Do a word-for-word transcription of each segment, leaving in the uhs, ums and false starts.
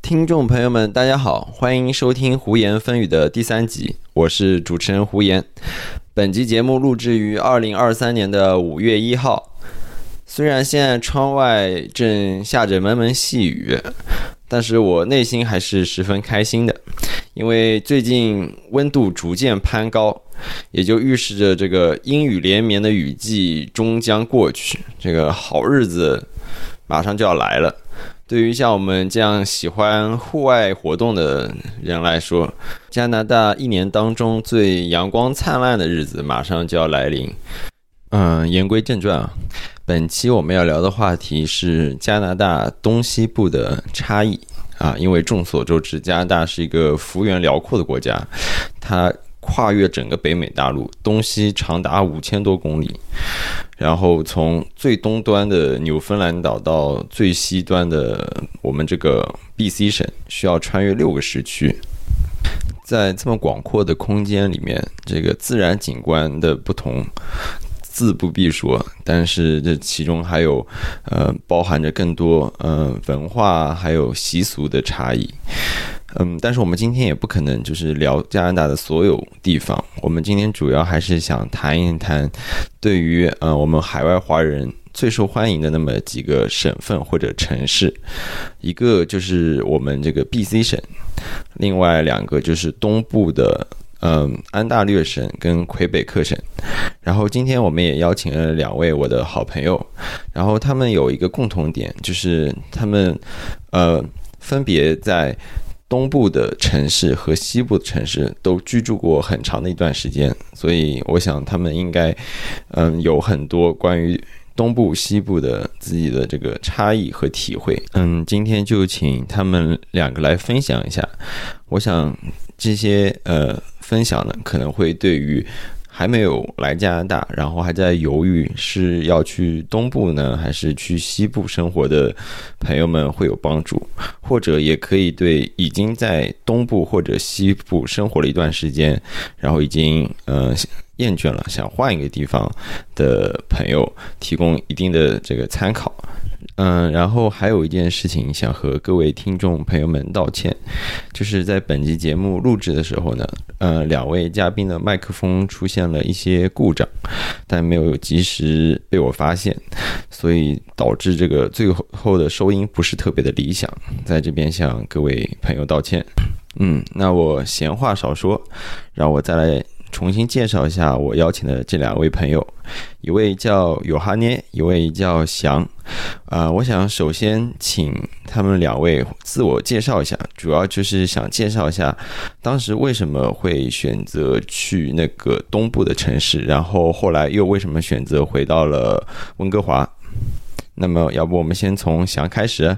听众朋友们大家好，欢迎收听胡言风语的第三集，我是主持人胡言。本集节目录制于二零二三年的五月一号，虽然现在窗外正下着蒙蒙细雨，但是我内心还是十分开心的，因为最近温度逐渐攀高，也就预示着这个阴雨连绵的雨季终将过去，这个好日子马上就要来了。对于像我们这样喜欢户外活动的人来说，加拿大一年当中最阳光灿烂的日子马上就要来临。嗯，言归正传啊，本期我们要聊的话题是加拿大东西部的差异啊，因为众所周知，加拿大是一个幅员辽阔的国家，它跨越整个北美大陆，东西长达五千多公里，然后从最东端的纽芬兰岛到最西端的我们这个 B C 省，需要穿越六个时区。在这么广阔的空间里面，这个自然景观的不同自不必说，但是这其中还有呃包含着更多呃文化还有习俗的差异。嗯，但是我们今天也不可能就是聊加拿大的所有地方，我们今天主要还是想谈一谈对于呃我们海外华人最受欢迎的那么几个省份或者城市，一个就是我们这个 B C 省，另外两个就是东部的嗯安大略省跟魁北克省。然后今天我们也邀请了两位我的好朋友，然后他们有一个共同点，就是他们呃分别在东部的城市和西部的城市都居住过很长的一段时间，所以我想他们应该嗯有很多关于东部西部的自己的这个差异和体会。嗯，今天就请他们两个来分享一下。我想这些呃分享呢，可能会对于还没有来加拿大，然后还在犹豫是要去东部呢还是去西部生活的朋友们会有帮助，或者也可以对已经在东部或者西部生活了一段时间，然后已经呃厌倦了想换一个地方的朋友提供一定的这个参考。嗯，然后还有一件事情想和各位听众朋友们道歉，就是在本集节目录制的时候呢，呃，两位嘉宾的麦克风出现了一些故障，但没有及时被我发现，所以导致这个最后的收音不是特别的理想，在这边向各位朋友道歉。嗯，那我闲话少说，让我再来重新介绍一下我邀请的这两位朋友，一位叫尤哈涅，一位叫翔。啊、呃，我想首先请他们两位自我介绍一下，主要就是想介绍一下当时为什么会选择去那个东部的城市，然后后来又为什么选择回到了温哥华。那么要不我们先从翔开始。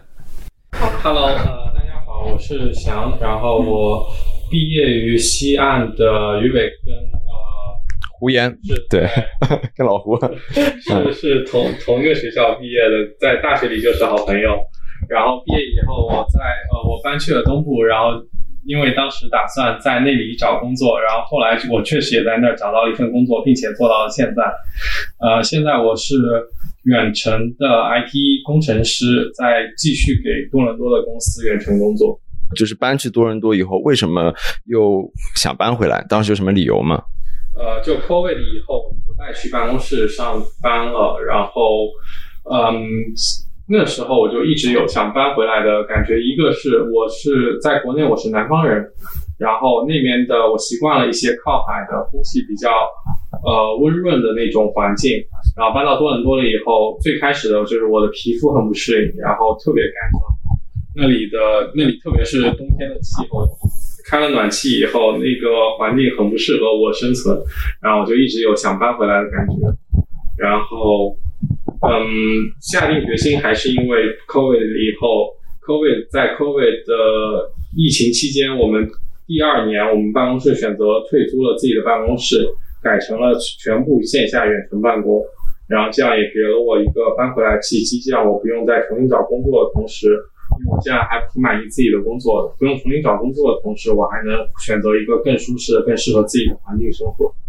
Hello， 呃，大家好，我是翔，然后我毕业于西岸的渝北跟呃胡言，对，跟老胡是是同同一个学校毕业的，在大学里就是好朋友。然后毕业以后，我在呃我搬去了东部，然后因为当时打算在那里找工作，然后后来我确实也在那儿找到了一份工作，并且做到了现在。呃，现在我是远程的 I T 工程师，在继续给多伦多的公司远程工作。 就是搬去多伦多以后，为什么又想搬回来？当时有什么理由吗？ 呃，就 COVID 以后，我们不再去办公室上班了，然后，嗯，那时候我就一直有想搬回来的感觉。一个是我是在国内，我是南方人，然后那边的我习惯了一些靠海的空气比较呃温润的那种环境，然后搬到多伦多了以后，最开始的就是我的皮肤很不适应，然后特别干燥，那里的那里特别是冬天的气候。开了暖气以后，那个环境很不适合我生存，然后我就一直有想搬回来的感觉。然后，嗯，下定决心还是因为 COVID 以后 ，COVID 在 COVID 的疫情期间，我们第二年我们办公室选择退租了自己的办公室，改成了全部线下远程办公。然后这样也给了我一个搬回来的契机，这样我不用再重新找工作的同时。因为我现在还挺满意自己的工作的，不用重新找工作的同时，我还能选择一个更舒适的、更适合自己的环境生活。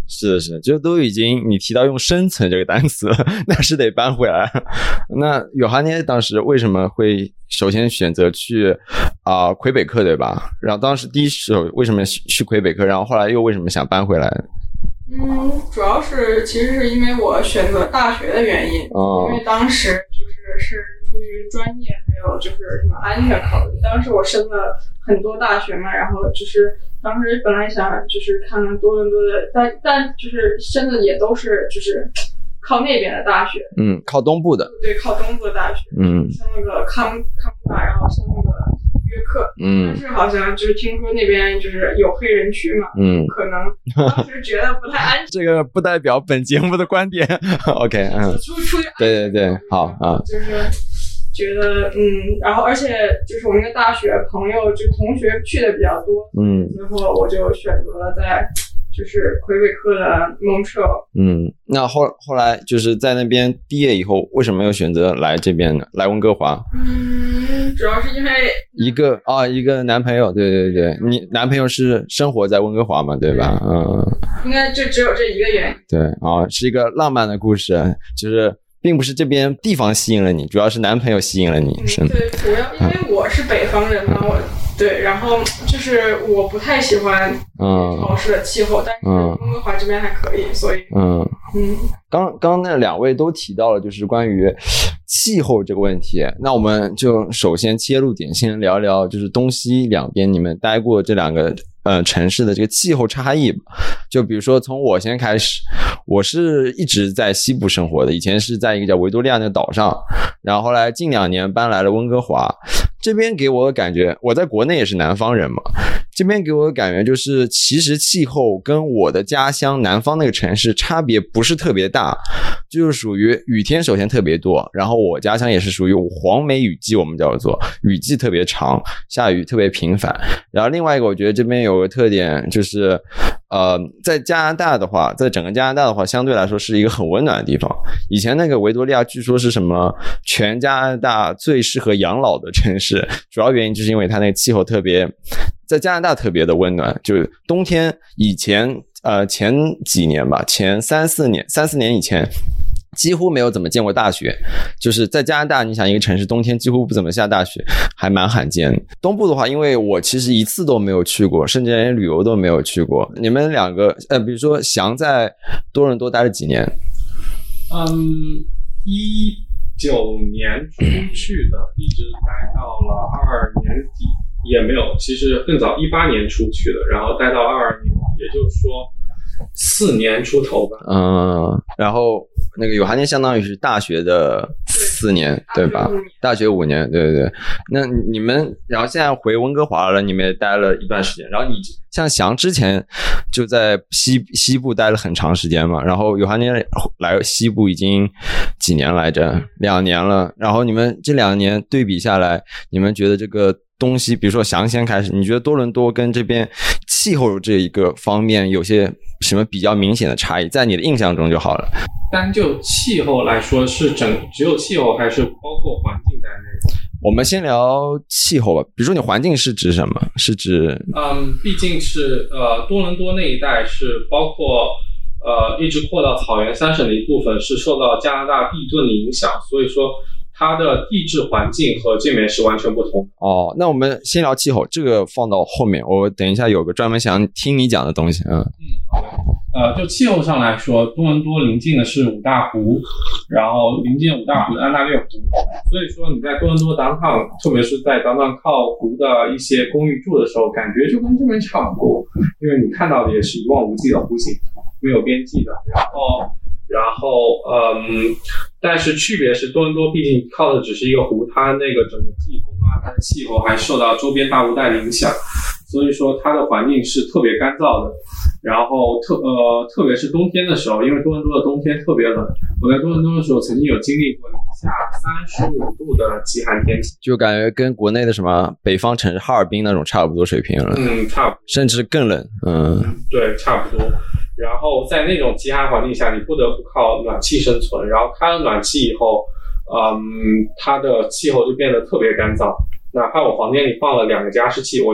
是的，是的，就都已经你提到用生存这个单词了，那是得搬回来。那约翰涅当时为什么会首先选择去啊、呃、魁北克，对吧？然后当时第一首为什么去魁北克，然后后来又为什么想搬回来？ 嗯，主要是其实是因为我选择大学的原因，哦、因为当时就是是出于专业还有就是什么安全考虑，当时我申了很多大学嘛，然后就是当时本来想就是看看多伦多的，但但就是申的也都是就是靠那边的大学， 嗯，靠东部的， 对，靠东部的大学，嗯，像那个康康大，然后像那个约克，嗯，但是好像就是听说那边就是有黑人区嘛，嗯，可能当时觉得不太安全。 这个不代表本节目的观点。OK， 嗯， 出出于对对对，好啊， 就是觉得嗯，然后而且就是我那个大学朋友就同学去的比较多，嗯，最后我就选择了在就是魁北克的蒙特尔。 嗯，那后后来就是在那边毕业以后，为什么又选择来这边呢？来温哥华？ 嗯，主要是因为一个啊，一个男朋友，对对对，你男朋友是生活在温哥华嘛，对吧？嗯， 应该就只有这一个原因。 对啊，是一个浪漫的故事，就是并不是这边地方吸引了你，主要是男朋友吸引了你。 嗯、是对，主要因为我是北方人嘛，嗯、我对，然后就是我不太喜欢潮湿的气候，嗯、但是温哥华这边还可以，所以嗯嗯，刚刚那两位都提到了就是关于气候这个问题，那我们就首先切入点，先聊聊就是东西两边你们待过这两个呃城市的这个气候差异吧。就比如说从我先开始，我是一直在西部生活的，以前是在一个叫维多利亚那个岛上，然后后来近两年搬来了温哥华。这边给我的感觉，我在国内也是南方人嘛，这边给我的感觉就是其实气候跟我的家乡南方那个城市差别不是特别大，就是属于雨天首先特别多，然后我家乡也是属于黄梅雨季，我们叫做雨季特别长，下雨特别频繁。然后另外一个我觉得这边有个特点就是呃，在加拿大的话，在整个加拿大的话相对来说是一个很温暖的地方。以前那个维多利亚据说是什么全加拿大最适合养老的城市，主要原因就是因为它那个气候特别，在加拿大特别的温暖，就是冬天以前呃前几年吧，前三四年三四年以前几乎没有怎么见过大雪，就是在加拿大你想一个城市冬天几乎不怎么下大雪，还蛮罕见的。东部的话，因为我其实一次都没有去过，甚至连旅游都没有去过。你们两个呃，比如说翔在多伦多待了几年？ 嗯，一九年出去的，一直待到了二年底，也没有，其实更早一八年出去的，然后待到二二年底，也就是说四年出头吧。 嗯，然后那个约翰涅相当于是大学的四年， 对, 对吧？大学五年，对对对。那你们，然后现在回温哥华了，你们也待了一段时间。然后你像翔之前就在西西部待了很长时间嘛，然后约翰涅来西部已经几年来着？两年了。然后你们这两年对比下来，你们觉得这个东西，比如说翔先开始，你觉得多伦多跟这边气候这一个方面有些什么比较明显的差异？在你的印象中就好了。 单就气候来说，是整只有气候还是包括环境在内？ 我们先聊气候吧。比如说你环境是指什么？是指嗯，毕竟是呃多伦多那一带是包括呃一直扩到草原三省的一部分，是受到加拿大地震的影响，所以说它的地质环境和这边是完全不同的。 哦，那我们先聊气候，这个放到后面，我等一下有个专门想听你讲的东西。嗯嗯，好的。呃，就气候上来说，多伦多临近的是五大湖，然后临近五大湖的安大略湖，所以说你在多伦多 downtown， 特别是在 downtown 靠湖的一些公寓住的时候，感觉就跟这边差不多，因为你看到的也是一望无际的湖景，没有边际的。然后，然后，嗯，但是区别是多伦多毕竟靠的只是一个湖，它那个整个季风啊，它的气候还受到周边大雾带的影响，所以说它的环境是特别干燥的。然后特呃，特别是冬天的时候，因为多伦多的冬天特别冷，我在多伦多的时候曾经有经历过零下三十五度的极寒天气， 就感觉跟国内的什么北方城市哈尔滨那种差不多水平了。 嗯，差不多， 甚至更冷。嗯， 对，差不多。然后在那种极寒环境下，你不得不靠暖气生存。然后开了暖气以后，嗯，它的气候就变得特别干燥。哪怕我房间里放了两个加湿器，我就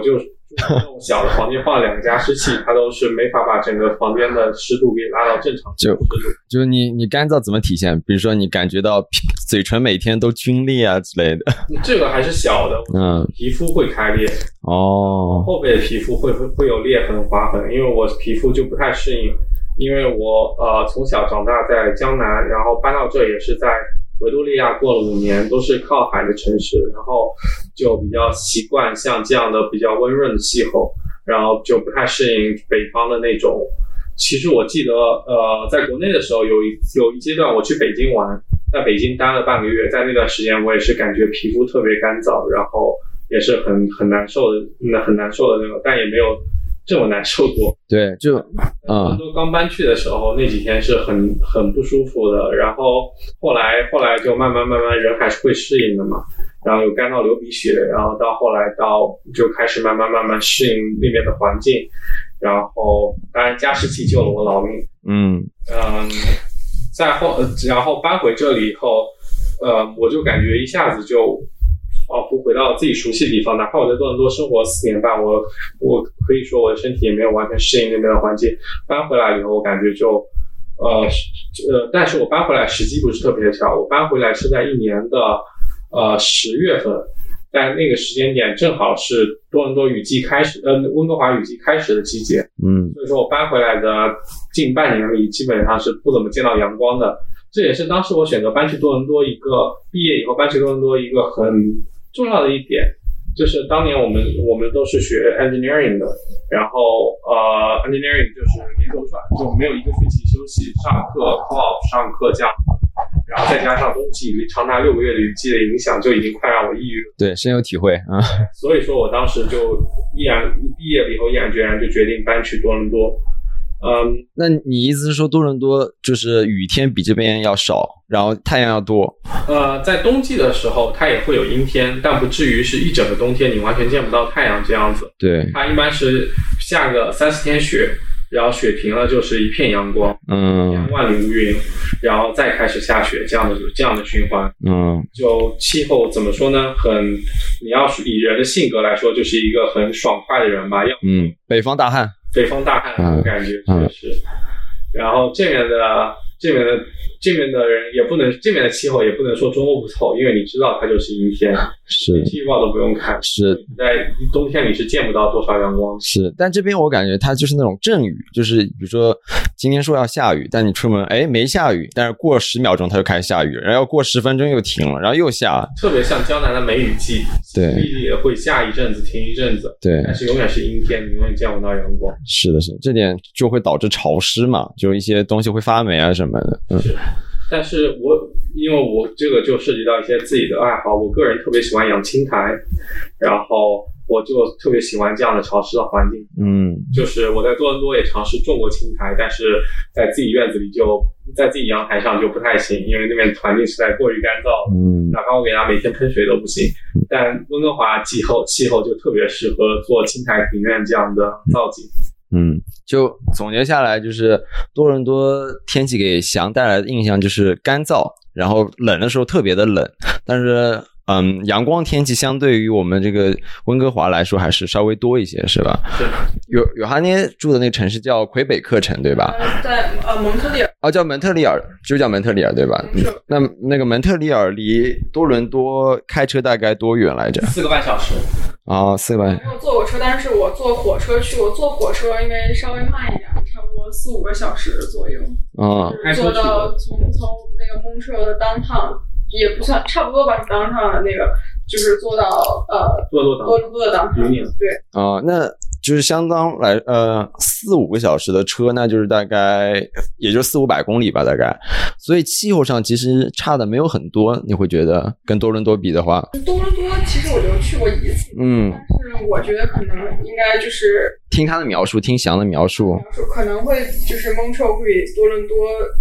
那种小的房间放了两个加湿器，它都是没法把整个房间的湿度给拉到正常就就你你干燥怎么体现？比如说你感觉到嘴唇每天都皲裂啊之类的。 这个还是小的，嗯，皮肤会开裂哦，后背的皮肤会会会有裂痕划痕，因为我皮肤就不太适应，因为我呃从小长大在江南，然后搬到这也是在维多利亚过了五年，都是靠海的城市，然后就比较习惯像这样的比较温润的气候，然后就不太适应北方的那种。其实我记得呃在国内的时候有一有一阶段我去北京玩，在北京待了半个月，在那段时间我也是感觉皮肤特别干燥，然后也是很很难受的很难受的那个，但也没有这么难受过。 对，就嗯，都刚搬去的时候那几天是很很不舒服的，然后后来后来就慢慢慢慢人还是会适应的嘛，然后有干到流鼻血，然后到后来到就开始慢慢慢慢适应那边的环境，然后当然加湿器救了我老命。嗯嗯，在后然后搬回这里以后，呃，我就感觉一下子就仿佛回到自己熟悉的地方，哪怕我在多伦多生活四年半，我我可以说我的身体也没有完全适应那边的环境。搬回来以后，我感觉就呃呃，但是我搬回来时机不是特别巧，我搬回来是在一年的呃十月份，在那个时间点正好是多伦多雨季开始，呃，温哥华雨季开始的季节。嗯，所以说我搬回来的近半年里，基本上是不怎么见到阳光的。这也是当时我选择搬去多伦多一个毕业以后搬去多伦多一个很重要的一点，就是当年我们我们都是学 engineering 的，然后呃 engineering 就是连轴转，就没有一个学期休息，上课 call 上课这样，然后再加上冬季长达六个月的雨季的影响，就已经快让我抑郁了。 对，深有体会啊。 所以说我当时就毅然毕业了以后毅然决然就决定搬去多伦多。嗯， 那你意思是说多伦多就是雨天比这边要少，然后太阳要多？ 呃，在冬季的时候它也会有阴天，但不至于是一整个冬天你完全见不到太阳这样子。 对， 它一般是下个三四天雪，然后雪停了就是一片阳光，嗯，万里无云，然后再开始下雪，这样的这样的循环。嗯，就气候怎么说呢？很，你要是以人的性格来说，就是一个很爽快的人吧。要嗯，北方大汉。 北方大汉的感觉确实、嗯嗯、然后这边的这边的这边的人也不能，这边的气候也不能说捉摸不透，因为你知道它就是阴天， 是天气预报都不用看， 是在冬天你是见不到多少阳光。 是，但这边我感觉它就是那种阵雨，就是比如说今天说要下雨，但你出门哎没下雨，但是过十秒钟它就开始下雨，然后过十分钟又停了，然后又下， 特别像江南的梅雨季， 对， 也会下一阵子停一阵子， 对， 但是永远是阴天，你永远见不到阳光。 是的，是的，这点就会导致潮湿嘛，就一些东西会发霉啊什么的。嗯， 是。但是我因为我这个就涉及到一些自己的爱好，我个人特别喜欢养青苔，然后我就特别喜欢这样的潮湿的环境。嗯，就是我在多伦多也尝试种过青苔，但是在自己院子里就在自己阳台上就不太行，因为那边环境实在过于干燥了。嗯，哪怕我给它每天喷水都不行。但温哥华气候气候就特别适合做青苔庭院这样的造景。 嗯，就总结下来，就是多伦多天气给翔带来的印象就是干燥，然后冷的时候特别的冷，但是嗯，阳光天气相对于我们这个温哥华来说还是稍微多一些，是吧？ 是。 有有哈涅住的那个城市叫魁北克城，对吧？ 呃、在呃蒙特利尔。 哦，叫蒙特利尔，就叫蒙特利尔，对吧？嗯、那那个蒙特利尔离多伦多开车大概多远来着？ 四个半小时。 啊、哦，四个半。 没有坐过车，但是我坐火车去，我坐火车因为稍微慢一点，差不多四五个小时左右。啊、嗯，坐到从从那个蒙特利尔的 downtown 也不算，差不多吧，是 downtown 的那个，就是坐到呃多伦多多的 downtown。对。 啊、呃，那就是相当来呃四五个小时的车，那就是大概也就四五百公里吧，大概。所以气候上其实差的没有很多，你会觉得跟多伦多比的话？ 多伦多其实我就去过一次，嗯，但是我觉得可能应该就是听他的描述，听翔的描述， 描述可能会就是蒙特会比多伦多。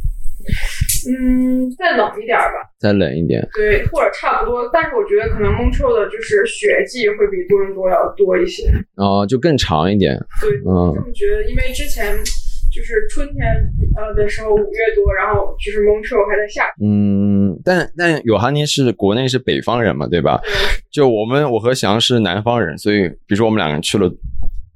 嗯，再冷一点吧， 再冷一点， 对，或者差不多，但是我觉得可能蒙特的就是雪季会比多伦多要多一些， 哦，就更长一点， 对，嗯，这么觉得，因为之前就是春天呃的时候五月多，然后就是蒙特还在下， 嗯，但但有哈尼是国内是北方人嘛，对吧？ 对， 就我们我和翔是南方人，所以比如说我们两个人去了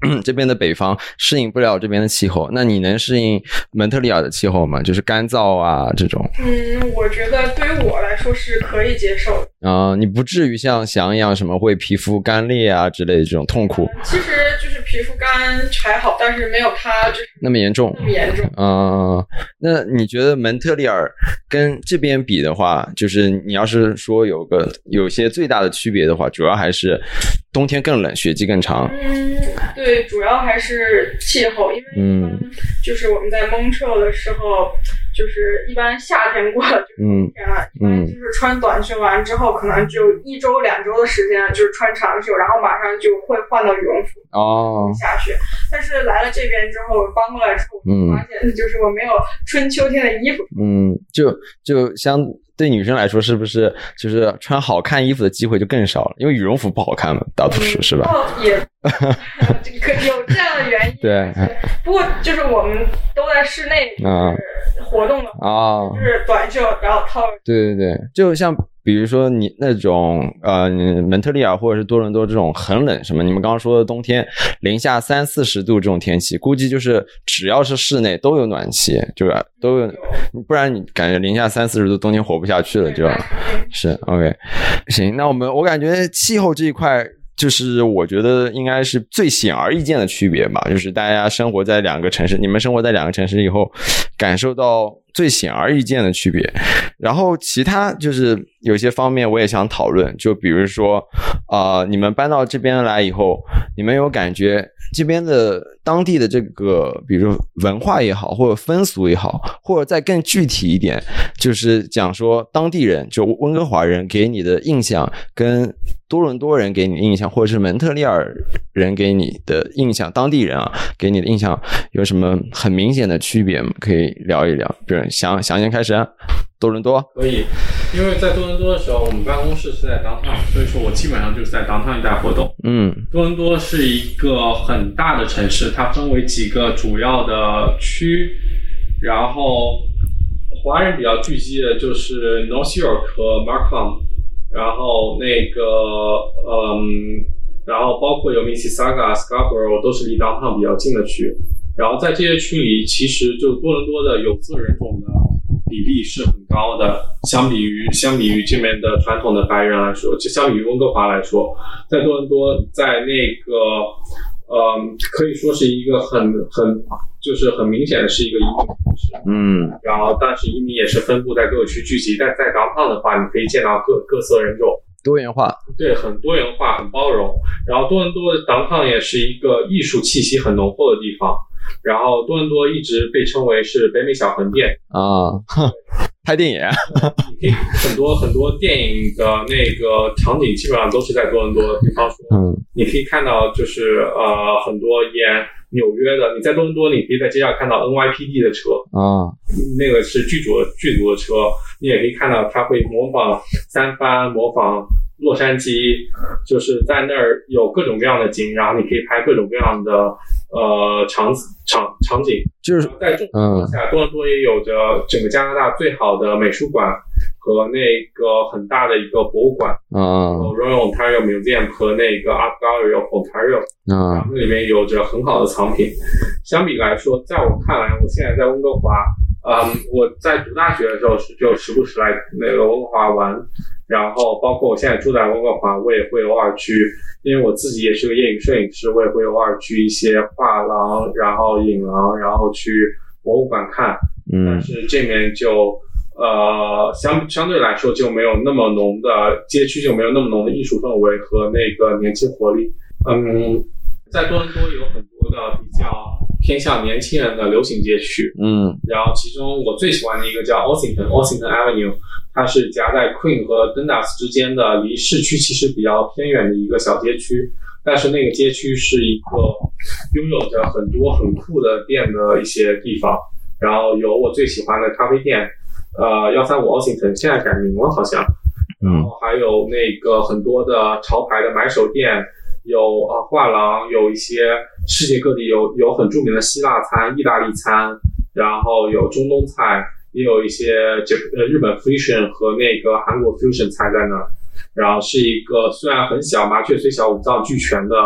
这边的北方适应不了这边的气候，那你能适应蒙特利尔的气候吗？就是干燥啊这种。 嗯，我觉得对于我来说是可以接受的。 啊、呃，你不至于像翔一样什么会皮肤干裂啊之类的这种痛苦。 嗯、其实就是皮肤干还好，但是没有它就是那么严重。 那么严重。 嗯、呃，那你觉得蒙特利尔跟这边比的话，就是你要是说有个有些最大的区别的话，主要还是冬天更冷，雪季更长。 嗯，对，主要还是气候，因为嗯，就是我们在蒙特利尔的时候，就是一般夏天过了就冬天了，嗯、一般就是穿短袖完之后，可能就一周两周的时间就是穿长袖，然后马上就会换到羽绒服哦， 下雪。但是来了这边之后，搬过来之后，我发现就是我没有春秋天的衣服。 嗯，就就相对女生来说，是不是就是穿好看衣服的机会就更少了？因为羽绒服不好看嘛，大多数、嗯、是吧？ 哦，也有这样的原因。 对， 不过就是我们都在室内活动的啊， 就是短袖，然后套。 对对对，就像比如说你那种呃蒙特利尔或者是多伦多这种很冷什么，你们刚刚说的冬天零下三四十度这种天气，估计就是只要是室内都有暖气，就是都有，不然你感觉零下三四十度冬天活不下去了，就，是 OK。行，那我们我感觉气候这一块，就是我觉得应该是最显而易见的区别吧，就是大家生活在两个城市，你们生活在两个城市以后，感受到最显而易见的区别。然后其他就是有些方面我也想讨论，就比如说呃，你们搬到这边来以后，你们有感觉这边的当地的这个比如文化也好，或者风俗也好，或者再更具体一点，就是讲说当地人就温哥华人给你的印象跟多伦多人给你的印象，或者是蒙特利尔人给你的印象，当地人啊给你的印象有什么很明显的区别吗？可以聊一聊。比如想想先开始啊，多伦多可以，因为在多伦多的时候，我们办公室是在 downtown， 所以说我基本上就是在 downtown 一带活动。 嗯， 多伦多是一个很大的城市，它分为几个主要的区，然后华人比较聚集的就是 North York 和 Markham， 然后那个嗯，然后包括有 Mississauga、Scarborough 都是离 downtown 比较近的区。然后在这些区里，其实就多伦多的有色人种的比例是很高的，相比于相比于这边的传统的白人来说，就相比于温哥华来说，在多伦多，在那个呃，可以说是一个很很就是很明显的是一个移民城市， 嗯， 然后但是移民也是分布在各个区聚集，但在 downtown 的话，你可以见到各各色人种。 多元化， 对，很多元化，很包容。然后多伦多的 downtown 也是一个艺术气息很浓厚的地方。然后多伦多一直被称为是北美小横店啊，拍电影， 你可以很多很多电影的那个场景基本上都是在多伦多。比方说，嗯，你可以看到就是呃很多演纽约的，你在多伦多你可以在街上看到 N Y P D 的车啊，那个是剧组剧组的车，你也可以看到他会模仿三藩，模仿洛杉矶，就是在那儿有各种各样的景，然后你可以拍各种各样的呃场场场景， 就是在这种情况下，多伦多也有着整个加拿大最好的美术馆和那个很大的一个博物馆， 啊 ，Royal Ontario Museum 和那个 Art Gallery of Ontario， 啊， 那里面有着很好的藏品。相比来说，在我看来，我现在在温哥华，嗯，我在读大学的时候是就时不时来那个温哥华玩。然后包括我现在住在温哥华，我也会偶尔去，因为我自己也是个业余摄影师，我也会偶尔去一些画廊，然后影廊，然后去博物馆看。 嗯， 但是这面就呃相相对来说就没有那么浓的街区，就没有那么浓的艺术氛围和那个年轻活力。嗯，在多伦多有很多的比较偏向年轻人的流行街区。 嗯， 然后其中我最喜欢的一个叫 Ossington Ossington Avenue。它是夹在 Queen 和 Dundas 之间的，离市区其实比较偏远的一个小街区，但是那个街区是一个拥有着很多很酷的店的一些地方，然后有我最喜欢的咖啡店，呃，一三五 Ossington 现在改名了好像，然后还有那个很多的潮牌的买手店，有呃画廊，有一些世界各地有有很著名的希腊餐、意大利餐，然后有中东菜。也有一些呃日本 fusion 和那个韩国 fusion 菜在那儿，然后是一个虽然很小，麻雀虽小五脏俱全的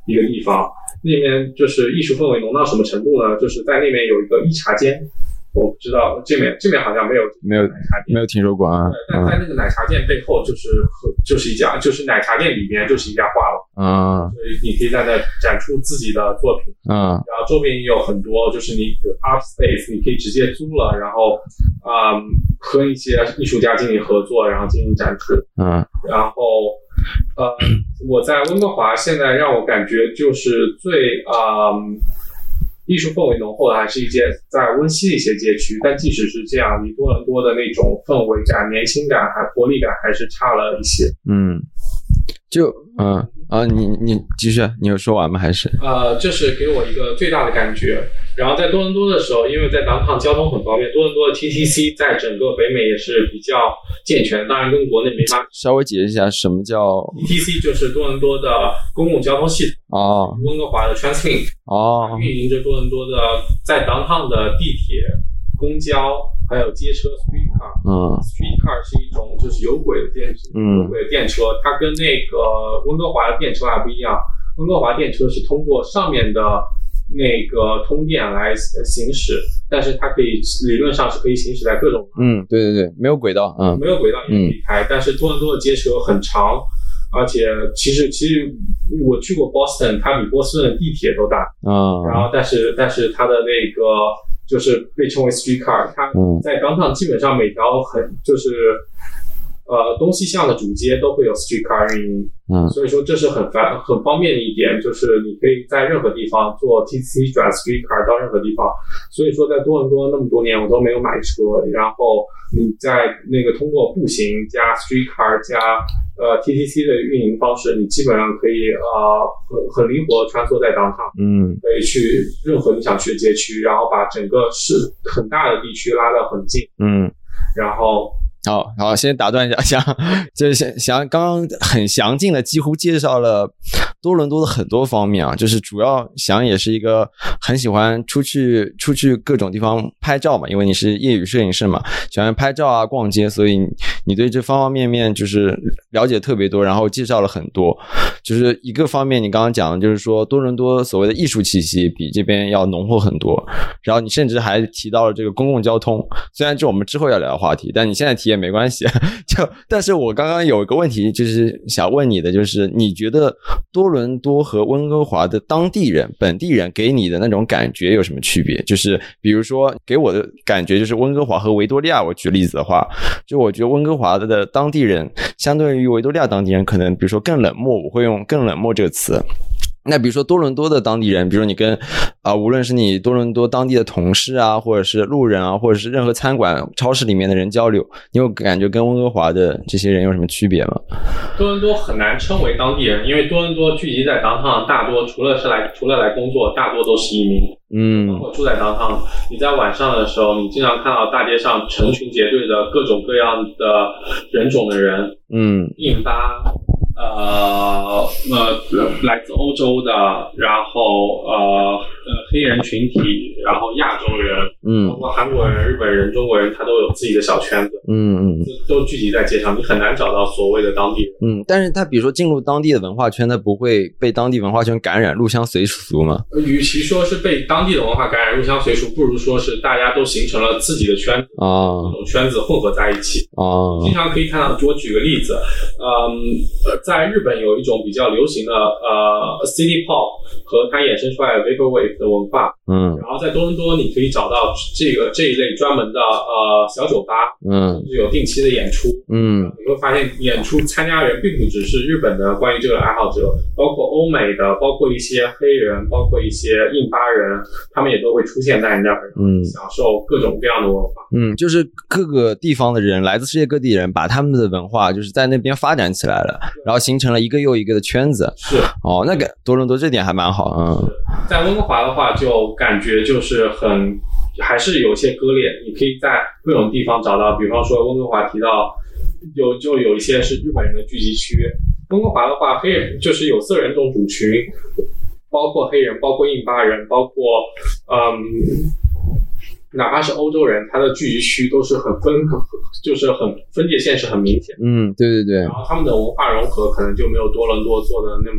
一个地方，那边就是艺术氛围浓到什么程度呢？就是在那边有一个一茶间。我不知道这边这边好像没有没有奶茶店， 没有听说过啊。 但在那个奶茶店背后就是就是一家就是奶茶店里面就是一家画廊啊， 所以你可以在那展出自己的作品啊， 然后周边也有很多就是你 art space 你可以直接租了，然后啊、嗯、和一些艺术家进行合作，然后进行展出。 嗯， 然后呃我在温哥华现在让我感觉就是最啊。嗯艺术氛围浓厚的还是一些在温西的一些街区，但即使是这样，离多伦多的那种氛围感、年轻感、还活力感还是差了一些。 嗯，就嗯啊，你你继续，你有说完吗？还是？ 呃，这是给我一个最大的感觉。然后在多伦多的时候，因为在downtown交通很方便，多伦多的 T T C 在整个北美也是比较健全，当然跟国内没法。 稍微解释一下什么叫 T T C， 就是多伦多的公共交通系统。 哦。 温哥华的 TransLink。哦。运营着多伦多的在downtown的地铁、公交还有街车 streetcar。 嗯。 streetcar 是一种就是有轨的电嗯有轨的电车，它跟那个温哥华的电车还不一样。温哥华电车是通过上面的那个通电来行驶，但是它可以理论上是可以行驶在各种嗯对对对没有轨道嗯没有轨道也可以开、嗯、但是多伦多的街车很长，而且其实其实我去过 Boston， 它比波士顿的地铁都大啊、嗯， 然后但是但是它的那个就是被称为 streetcar， 它在downtown基本上每条很就是呃东西向的主街都会有 streetcar 运营。嗯，所以说这是很方很方便的一点，就是你可以在任何地方坐 T T C 转 streetcar 到任何地方。所以说在多伦多那么多年我都没有买车，然后你在那个通过步行加 streetcar 加呃 T T C 的运营方式，你基本上可以呃很很灵活穿梭在downtown，嗯，可以去任何你想去的街区，然后把整个市很大的地区拉得很近，嗯，然后。 好好，先打断一下，想就是想刚刚很详尽的几乎介绍了多伦多的很多方面啊，就是主要想也是一个很喜欢出去出去各种地方拍照嘛，因为你是业余摄影师嘛，喜欢拍照啊逛街，所以你对这方方面面就是了解特别多，然后介绍了很多。就是一个方面你刚刚讲的就是说多伦多所谓的艺术气息比这边要浓厚很多，然后你甚至还提到了这个公共交通，虽然这我们之后要聊的话题，但你现在提也没关系。就但是我刚刚有一个问题就是想问你的，就是你觉得多伦多和温哥华的当地人本地人给你的那种感觉有什么区别？就是比如说给我的感觉就是温哥华和维多利亚，我举例子的话，就我觉得温哥华的当地人相对于维多利亚当地人可能比如说更冷漠，我会用更冷漠这个词。那比如说多伦多的当地人，比如说你跟啊、呃，无论是你多伦多当地的同事啊，或者是路人啊，或者是任何餐馆、超市里面的人交流，你有感觉跟温哥华的这些人有什么区别吗？ 多伦多很难称为当地人，因为多伦多聚集在downtown，大多除了是来除了来工作，大多都是移民。嗯，包括住在downtown，你在晚上的时候，你经常看到大街上成群结队的各种各样的人种的人，嗯，印巴。呃呃，来自欧洲的，然后呃呃黑人群体，然后亚洲人，嗯，包括韩国人、日本人、中国人，他都有自己的小圈子，嗯嗯，都聚集在街上，你很难找到所谓的当地人。 嗯，但是他比如说进入当地的文化圈，他不会被当地文化圈感染，入乡随俗吗？ 与其说是被当地的文化感染、入乡随俗，不如说是大家都形成了自己的圈子，啊，各种圈子混合在一起，啊，经常可以看到。我举个例子，嗯。在日本有一种比较流行的呃 City Pop 和它衍生出来的 Vaporwave 的文化，嗯，然后在多伦多你可以找到这个这一类专门的呃小酒吧，嗯，有定期的演出，嗯，你会发现演出参加人并不只是日本的关于这个爱好者，包括欧美的，包括一些黑人，包括一些印巴人，他们也都会出现在那儿，嗯，享受各种各样的文化， 嗯，就是各个地方的人，来自世界各地的人，把他们的文化就是在那边发展起来了，然后形成了一个又一个的圈子。 是哦，那个多伦多这点还蛮好。嗯， 在温哥华的话，就感觉就是很还是有些割裂。你可以在各种地方找到，比方说温哥华提到有就有一些是日本人的聚集区。温哥华的话，黑人就是有色人种族群，包括黑人，包括印巴人，包括嗯。哪怕是欧洲人，他的聚集区都是很分，就是很分界线是很明显。 嗯，对对对。 然后他们的文化融合可能就没有多伦多做的那么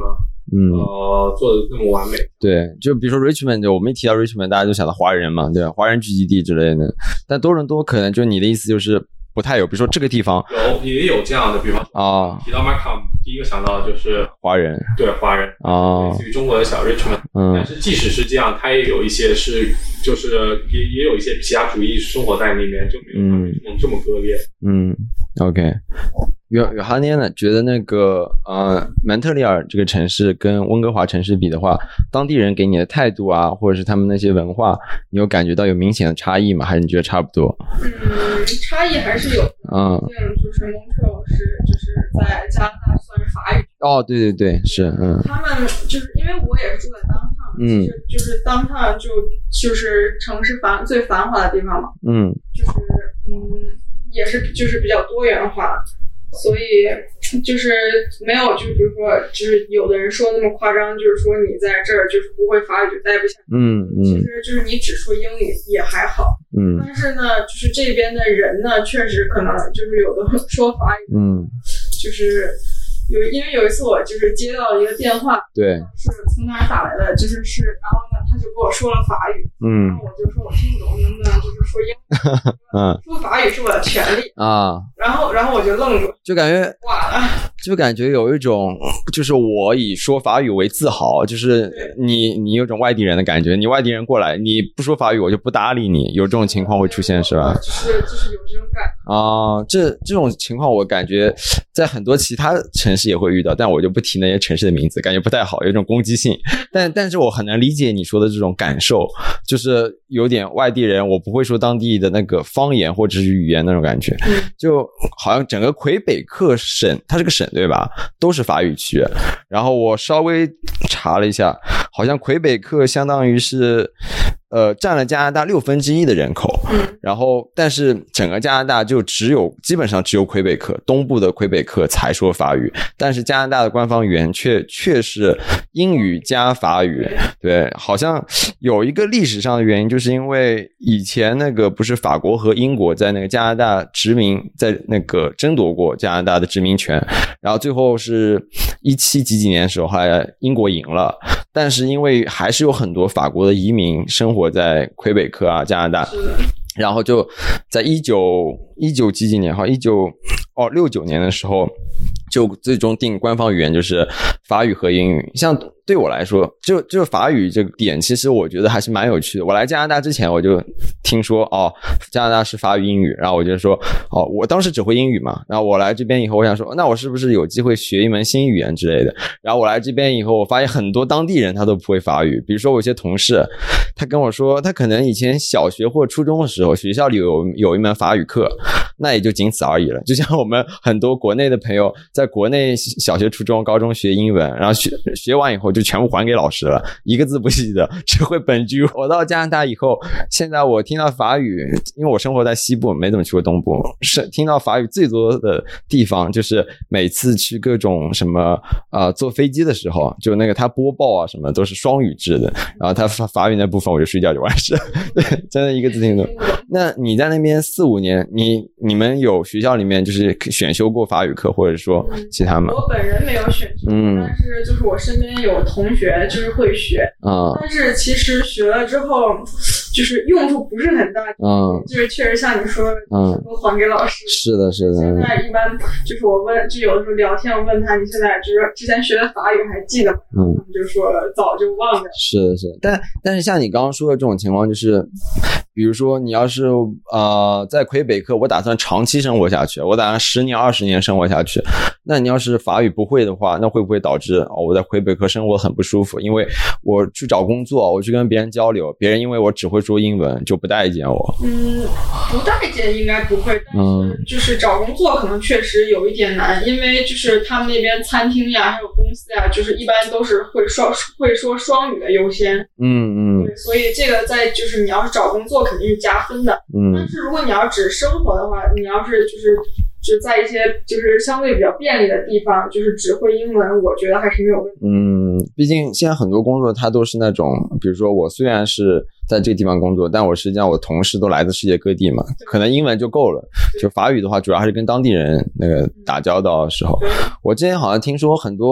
嗯， 呃，做的那么完美。 对，就比如说 Richmond， 我们一提到 Richmond， 大家就想到华人嘛，对吧？华人聚集地之类的。但多伦多可能就你的意思就是不太有，比如说这个地方有也有这样的，比方说啊，提到 Markham， 第一个想到的就是华人，对华人啊，类似于中国的小 Richmond。嗯，但是即使是这样，它也有一些是就是也也有一些皮亚主义生活在那边，就没有这么、嗯、这么割裂。 嗯 ，OK。约约哈涅呢？觉得那个呃，蒙特利尔这个城市跟温哥华城市比的话，当地人给你的态度啊，或者是他们那些文化，你有感觉到有明显的差异吗？还是你觉得差不多？ 嗯，差异还是有的。嗯，就是蒙特利尔是就是在加拿大算是法语。 哦，对对对，是嗯。 他们就是因为我也是住在downtown，嗯，就是 downtown 就就是城市繁最繁华的地方嘛。嗯，就是嗯，也是就是比较多元化。所以就是没有，就比如说，就是有的人说那么夸张，就是说你在这儿就是不会法语就待不下去。嗯嗯。其实就是你只说英语也还好。嗯。但是呢，就是这边的人呢，确实可能就是有的说法语。嗯。就是有，因为有一次我就是接到了一个电话， 对， 是从哪儿打来的，就是是，然后呢，他就跟我说了法语。嗯。然后我就说我听不懂，能不能就是说英语？嗯。说法语是我的权利啊。然后，然后我就愣住。 就感觉哇，就感觉有一种，就是我以说法语为自豪，就是你你有种外地人的感觉，你外地人过来，你不说法语，我就不搭理你，有这种情况会出现是吧？ 就是就是有这种感觉啊，这这种情况我感觉在很多其他城市也会遇到，但我就不提那些城市的名字，感觉不太好，有一种攻击性。但但是我很难理解你说的这种感受，就是有点外地人，我不会说当地的那个方言或者是语言那种感觉，就好像整个魁北克省，它是个省对吧？都是法语区。然后我稍微查了一下，好像魁北克相当于是呃占了加拿大六分之一的人口。然后但是整个加拿大就只有基本上只有魁北克东部的魁北克才说法语，但是加拿大的官方语言却却是英语加法语。对，好像有一个历史上的原因，就是因为以前那个不是法国和英国在那个加拿大殖民，在那个争夺过加拿大的殖民权，然后最后是一七几几年的时候，后来英国赢了，但是因为还是有很多法国的移民生活在魁北克啊加拿大，然后就在一九一九几几年哈一九哦六九年的时候，就最终定官方语言就是法语和英语。像对我来说，就就法语这个点，其实我觉得还是蛮有趣的。我来加拿大之前，我就听说哦，加拿大是法语英语，然后我就说哦，我当时只会英语嘛。然后我来这边以后，我想说，那我是不是有机会学一门新语言之类的？然后我来这边以后，我发现很多当地人他都不会法语。比如说我有些同事，他跟我说，他可能以前小学或初中的时候，学校里有有一门法语课，那也就仅此而已了。就像我们很多国内的朋友，在国内小学、初中、高中学英文，然后学学完以后就全部还给老师了，一个字不记得，只会本句。我到加拿大以后，现在我听到法语，因为我生活在西部，没怎么去过东部，是听到法语最多的地方就是每次去各种什么呃坐飞机的时候，就那个他播报啊什么都是双语制的，然后他法法语那部分我就睡觉就完事，对，真的一个字听不懂。那你在那边四五年，你你们有学校里面就是选修过法语课，或者说其他吗？ 我本人没有选修，嗯，但是就是我身边有同学就是会学，啊、嗯，但是其实学了之后，就是用处不是很大，嗯，就是确实像你说的，嗯，都还给老师。 是的，是的。 现在一般就是我问，就有的时候聊天，我问他你现在就是之前学的法语还记得吗？嗯，他们就说早就忘了。 是的，是的。但但是像你刚刚说的这种情况，就是比如说你要是呃在魁北克，我打算长期生活下去，我打算十年二十年生活下去，那你要是法语不会的话，那会不会导致哦我在魁北克生活很不舒服？因为我去找工作，我去跟别人交流，别人因为我只会说英文就不待见我。 嗯，不待见应该不会，但是就是找工作可能确实有一点难，因为就是他们那边餐厅呀还有公司呀，就是一般都是会说会说双语的优先。嗯嗯。对，所以这个在就是你要是找工作肯定是加分的。嗯。但是如果你要只生活的话，你要是就是就在一些就是相对比较便利的地方，就是只会英文，我觉得还是没有问题。 嗯，毕竟现在很多工作它都是那种，比如说我虽然是在这个地方工作，但我实际上我同事都来自世界各地嘛，可能英文就够了。就法语的话，主要还是跟当地人那个打交道的时候。我之前好像听说很多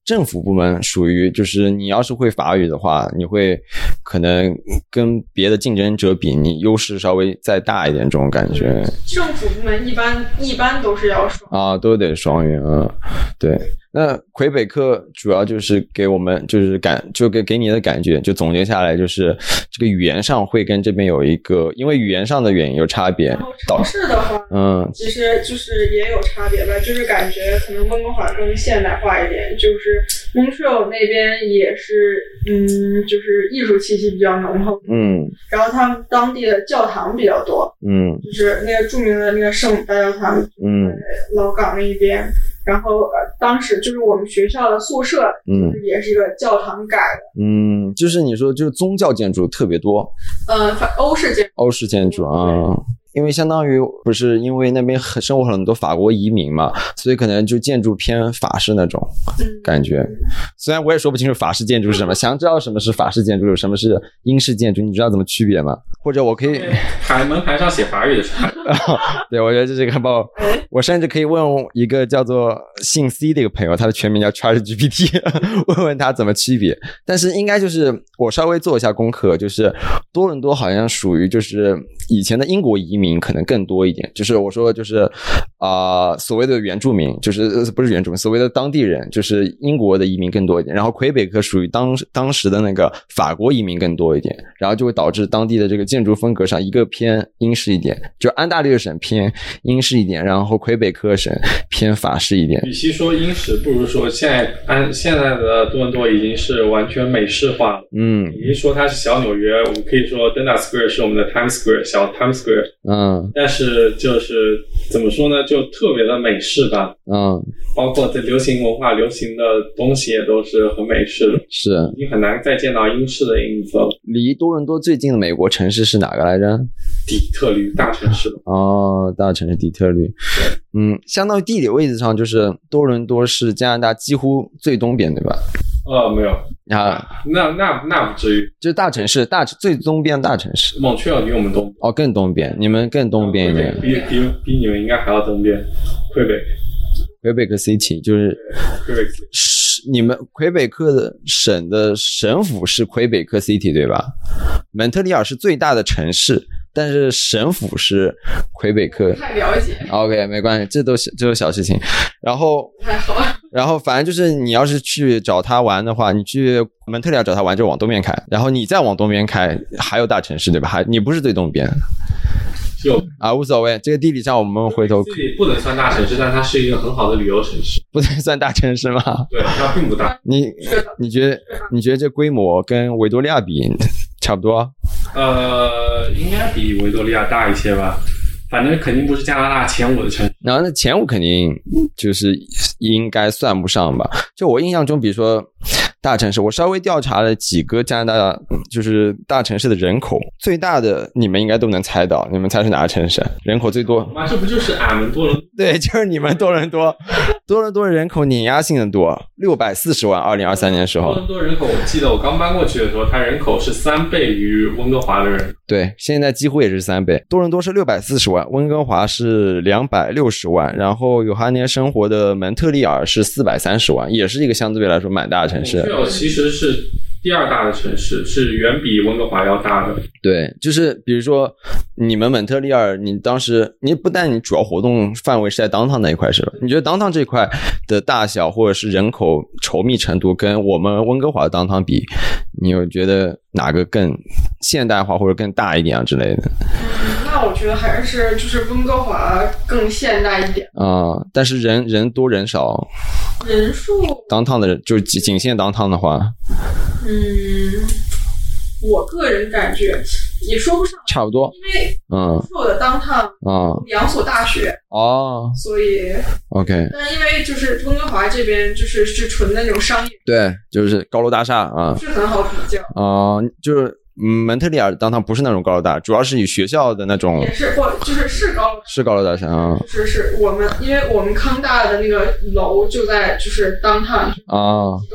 政府部门属于就是你要是会法语的话，你会可能跟别的竞争者比，你优势稍微再大一点这种感觉。 政府部门一般一般都是要双啊，都得双语啊，对。那魁北克主要就是给我们就是感就给给你的感觉，就总结下来就是这个语言上会跟这边有一个，因为语言上的原因有差别。 然后城市的话，嗯，其实就是也有差别吧，就是感觉可能温哥华更现代化一点，就是 Montreal 那边也是，嗯，就是艺术气息比较浓厚，嗯，然后他们当地的教堂比较多，嗯，就是那个著名的那个圣母大教堂，嗯，老港那一边。然后呃，当时就是我们学校的宿舍，嗯，也是一个教堂改的， 嗯，就是你说就是宗教建筑特别多， 呃，欧式建筑， 欧式建筑啊。因为相当于不是因为那边很生活很多法国移民嘛，所以可能就建筑偏法式那种感觉。嗯、虽然我也说不清楚法式建筑是什么，想知道什么是法式建筑，什么是英式建筑，你知道怎么区别吗？或者我可以牌门牌上写法语的是对，我觉得这是个很棒。我甚至可以问一个叫做姓 C 的一个朋友，他的全名叫 ChatGPT 问问他怎么区别。但是应该就是我稍微做一下功课，就是多伦多好像属于就是以前的英国移民可能更多一点，就是我说就是啊、呃、所谓的原住民，就是不是原住民，所谓的当地人，就是英国的移民更多一点，然后魁北克属于当当时的那个法国移民更多一点，然后就会导致当地的这个建筑风格上一个偏英式一点，就安大略省偏英式一点，然后魁北克省偏法式一点。 与其说英式，不如说现在安现在的多伦多已经是完全美式化了。嗯，与其说它是小纽约，我们可以说 Dundas Square 是我们的 Times Square 小 Times Square。嗯，但是就是怎么说呢，就特别的美式吧。嗯，包括在流行文化、流行的东西也都是很美式的。 是， 已经很难再见到英式的影子了。 离多伦多最近的美国城市是哪个来着？ 底特律，大城市。 哦，大城市底特律。嗯，相当于地理位置上，就是多伦多是加拿大几乎最东边，对吧？ 呃，没有啊， 那那那不至于， 就是大城市，大最东边大城市。 蒙特利尔离我们东哦，更东边，你们更东边一点， 比比比你们应该还要东边。魁北， 魁北克 City 就是魁北克， 你们魁北克的省的省府是魁北克 City 对吧？蒙特利尔是最大的城市，但是省府是魁北克。 不太了解。 OK， 没关系，这都这都小事情。然后还好。 然后反正就是你要是去找他玩的话，你去蒙特利尔找他玩就往东边开，然后你再往东边开还有大城市对吧？还你不是最东边。 就啊，无所谓，这个地理上我们回头这里不能算大城市，但它是一个很好的旅游城市。 不能算大城市吗？ 对，它并不大。 你你觉得你觉得这规模跟维多利亚比差不多？ 呃，应该比维多利亚大一些吧。反正肯定不是加拿大前五的城市， 然后那前五肯定就是应该算不上吧。就我印象中，比如说大城市，我稍微调查了几个加拿大就是大城市的人口，最大的你们应该都能猜到，你们猜是哪个城市？人口最多？ 妈，这不就是俺们多伦多？ 对，就是你们多伦多。多伦多人口碾压性的多，六百四十万，二零二三年的时候。 多伦多人口，我记得我刚搬过去的时候，它人口是三倍于温哥华的人。 对，现在几乎也是三倍。多伦多是六百四十万，温哥华是两百六十万，然后有哈年生活的蒙特利尔是四百三十万，也是一个相对来说蛮大的城市。 蒙特利尔其实是第二大的城市，是远比温哥华要大的。 对，就是比如说你们蒙特利尔，你当时你不但你主要活动范围是在 downtown 那一块是吧？你觉得 downtown 这一块的大小或者是人口稠密程度跟我们温哥华的 downtown 比，你有觉得哪个更现代化或者更大一点啊之类的？ 嗯，那我觉得还是就是温哥华更现代一点啊、嗯，但是人人多人少， 人数 downtown 的就是仅限 downtown 的话， 嗯，我个人感觉也说不上， 差不多， 因为嗯，我的 downtown 啊，两所大学哦， 所以 OK， 但因为就是温哥华这边就是是纯的那种商业， 对，就是高楼大厦啊， 不是很好比较啊、呃，就是。嗯，蒙特利尔当堂不是那种高楼大厦，主要是以学校的那种， 也是或就是是高楼， 是高楼大厦啊。 是是，我们因为我们康大的那个楼就在就是当堂啊，几栋楼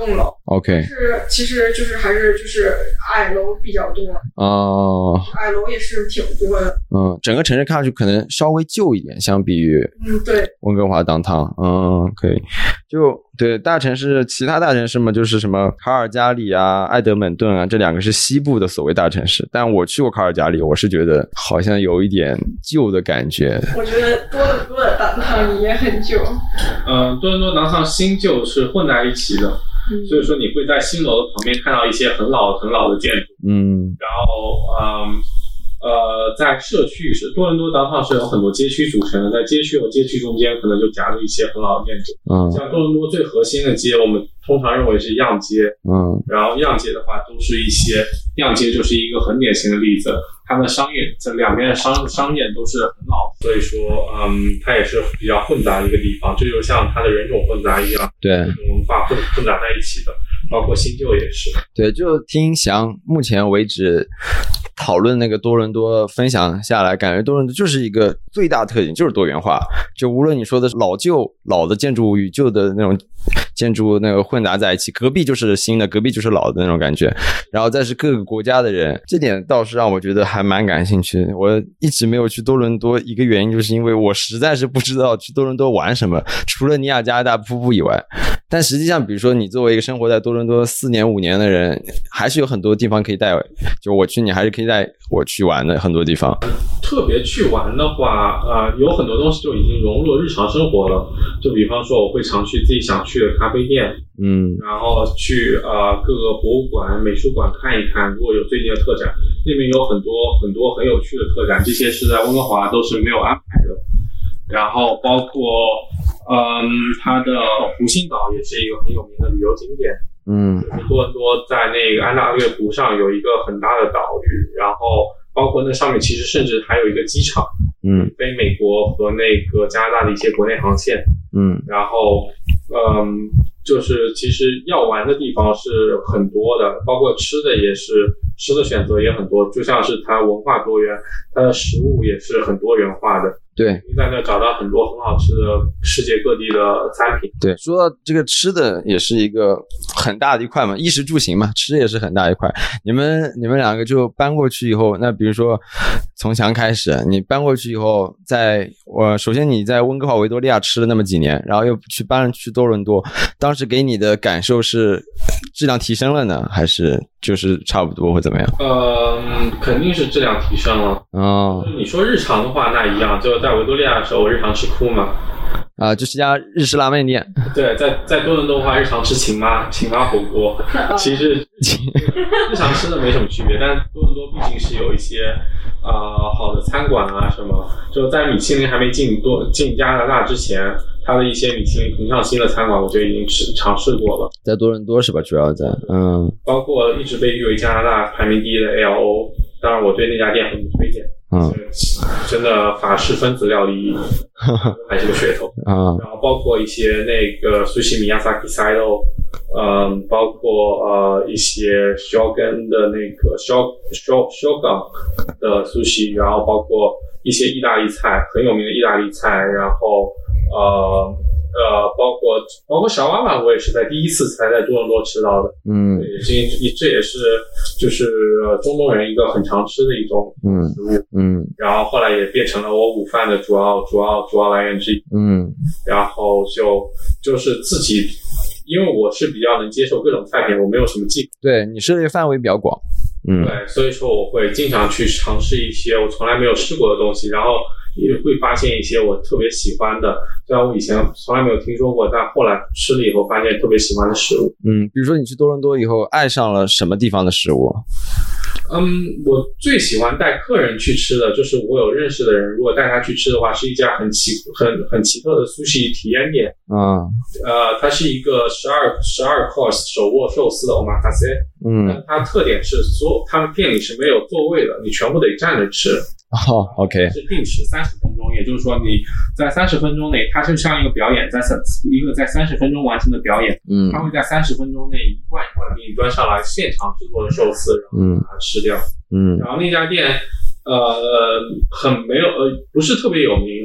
OK， 是其实就是还是就是矮楼比较多哦， 矮楼也是挺多的。 嗯，整个城市看上去可能稍微旧一点，相比于嗯对温哥华当趟，嗯，可以，就对大城市，其他大城市嘛，就是什么卡尔加里啊、埃德蒙顿啊，这两个是西部的所谓大城市。但我去过卡尔加里，我是觉得好像有一点旧的感觉。 我觉得多伦多的当趟也很旧。 嗯、呃，多伦多当趟新旧是混在一起的。所以说你会在新楼的旁边看到一些很老很老的建筑，嗯，然后嗯呃在社区是多伦多当趟是有很多街区组成的，在街区和街区中间可能就夹着一些很老的建筑，嗯，像多伦多最核心的街我们通常认为是样街，嗯，然后样街的话都是一些样街就是一个很典型的例子，它的商业这两边的商商业都是很老，所以说嗯它也是比较混杂的一个地方，这就像它的人种混杂一样， 对， 这种文化混混杂在一起的，包括新旧也是。 对，就听翔目前为止讨论那个多伦多分享下来，感觉多伦多就是一个最大特点就是多元化，就无论你说的老旧老的建筑与旧的那种建筑那个混杂在一起，隔壁就是新的，隔壁就是老的那种感觉，然后再是各个国家的人，这点倒是让我觉得还蛮感兴趣。我一直没有去多伦多，一个原因就是因为我实在是不知道去多伦多玩什么，除了尼亚加拉大瀑布以外。但实际上比如说你作为一个生活在多伦多四年五年的人，还是有很多地方可以带，就我去你还是可以带我去玩的很多地方。 特别去玩的话呃，有很多东西就已经融入了日常生活了，就比方说我会常去自己想去的咖啡店，嗯，然后去呃各个博物馆美术馆看一看，如果有最近的特展，那边有很多很多很有趣的特展，这些是在温哥华都是没有安排的。然后包括嗯，它的湖心岛也是一个很有名的旅游景点，嗯，就是多伦多在那个安大略湖上有一个很大的岛屿，然后包括那上面其实甚至还有一个机场，嗯，飞美国和那个加拿大的一些国内航线，嗯，然后嗯，就是其实要玩的地方是很多的，包括吃的也是，吃的选择也很多，就像是它文化多元，它的食物也是很多元化的。 对， 你在那找到很多很好吃的世界各地的餐品。 对，说到这个吃的也是一个很大的一块嘛，衣食住行嘛，吃也是很大一块。你们你们两个就搬过去以后，那比如说从翔开始，你搬过去以后，在我首先你在温哥华维多利亚吃了那么几年，然后又去搬了去多伦多，当时给你的感受是质量提升了呢，还是就是差不多或怎么样？ 呃，肯定是质量提升了。哦，你说日常的话，那一样，就在维多利亚的时候，我日常吃库嘛。 啊，就是家日式拉面店。 对，在在多伦多的话，日常吃秦妈秦妈火锅，其实日常吃的没什么区别，但多伦多毕竟是有一些呃好的餐馆啊什么，就在米其林还没进多进加拿大之前，它的一些米其林评上星的餐馆，我就已经吃尝试过了。 在多伦多是吧？主要在嗯， 包括一直被誉为加拿大排名第一的 A L O， 当然我对那家店很不推荐。嗯，真的法式分子料理还是个噱头啊。然后包括一些那个 sushi miyazaki style， 嗯，包括呃一些 shogun 的那个 shog shogun 的 sushi， 然后包括一些意大利菜，很有名的意大利菜，然后呃呃，包括包括小娃娃，我也是在第一次才在多伦多吃到的。嗯，这这也是就是中东人一个很常吃的一种食物。嗯，然后后来也变成了我午饭的主要主要主要来源之一。嗯，然后就就是自己，因为我是比较能接受各种菜品，我没有什么忌口。 对，你涉猎范围比较广。嗯， 对，所以说我会经常去尝试一些我从来没有试过的东西，然后也会发现一些我特别喜欢的，虽然我以前从来没有听说过，但后来吃了以后发现特别喜欢的食物。 嗯，比如说你去多伦多以后爱上了什么地方的食物？ 嗯，我最喜欢带客人去吃的就是我有认识的人，如果带他去吃的话，是一家很奇很很奇特的 sushi 体验店。嗯，呃，它是一个十二十二 course 手握寿司的 omakase。嗯，它特点是所有他们店里是没有座位的，你全部得站着吃。 哦 ，OK， 是定时三十分钟，也就是说你在三十分钟内，它就像一个表演，在一个在三十分钟完成的表演，嗯，它会在三十分钟内一罐一罐给你端上来现场制作的寿司，然后把它吃掉，嗯，然后那家店呃很没有呃不是特别有名，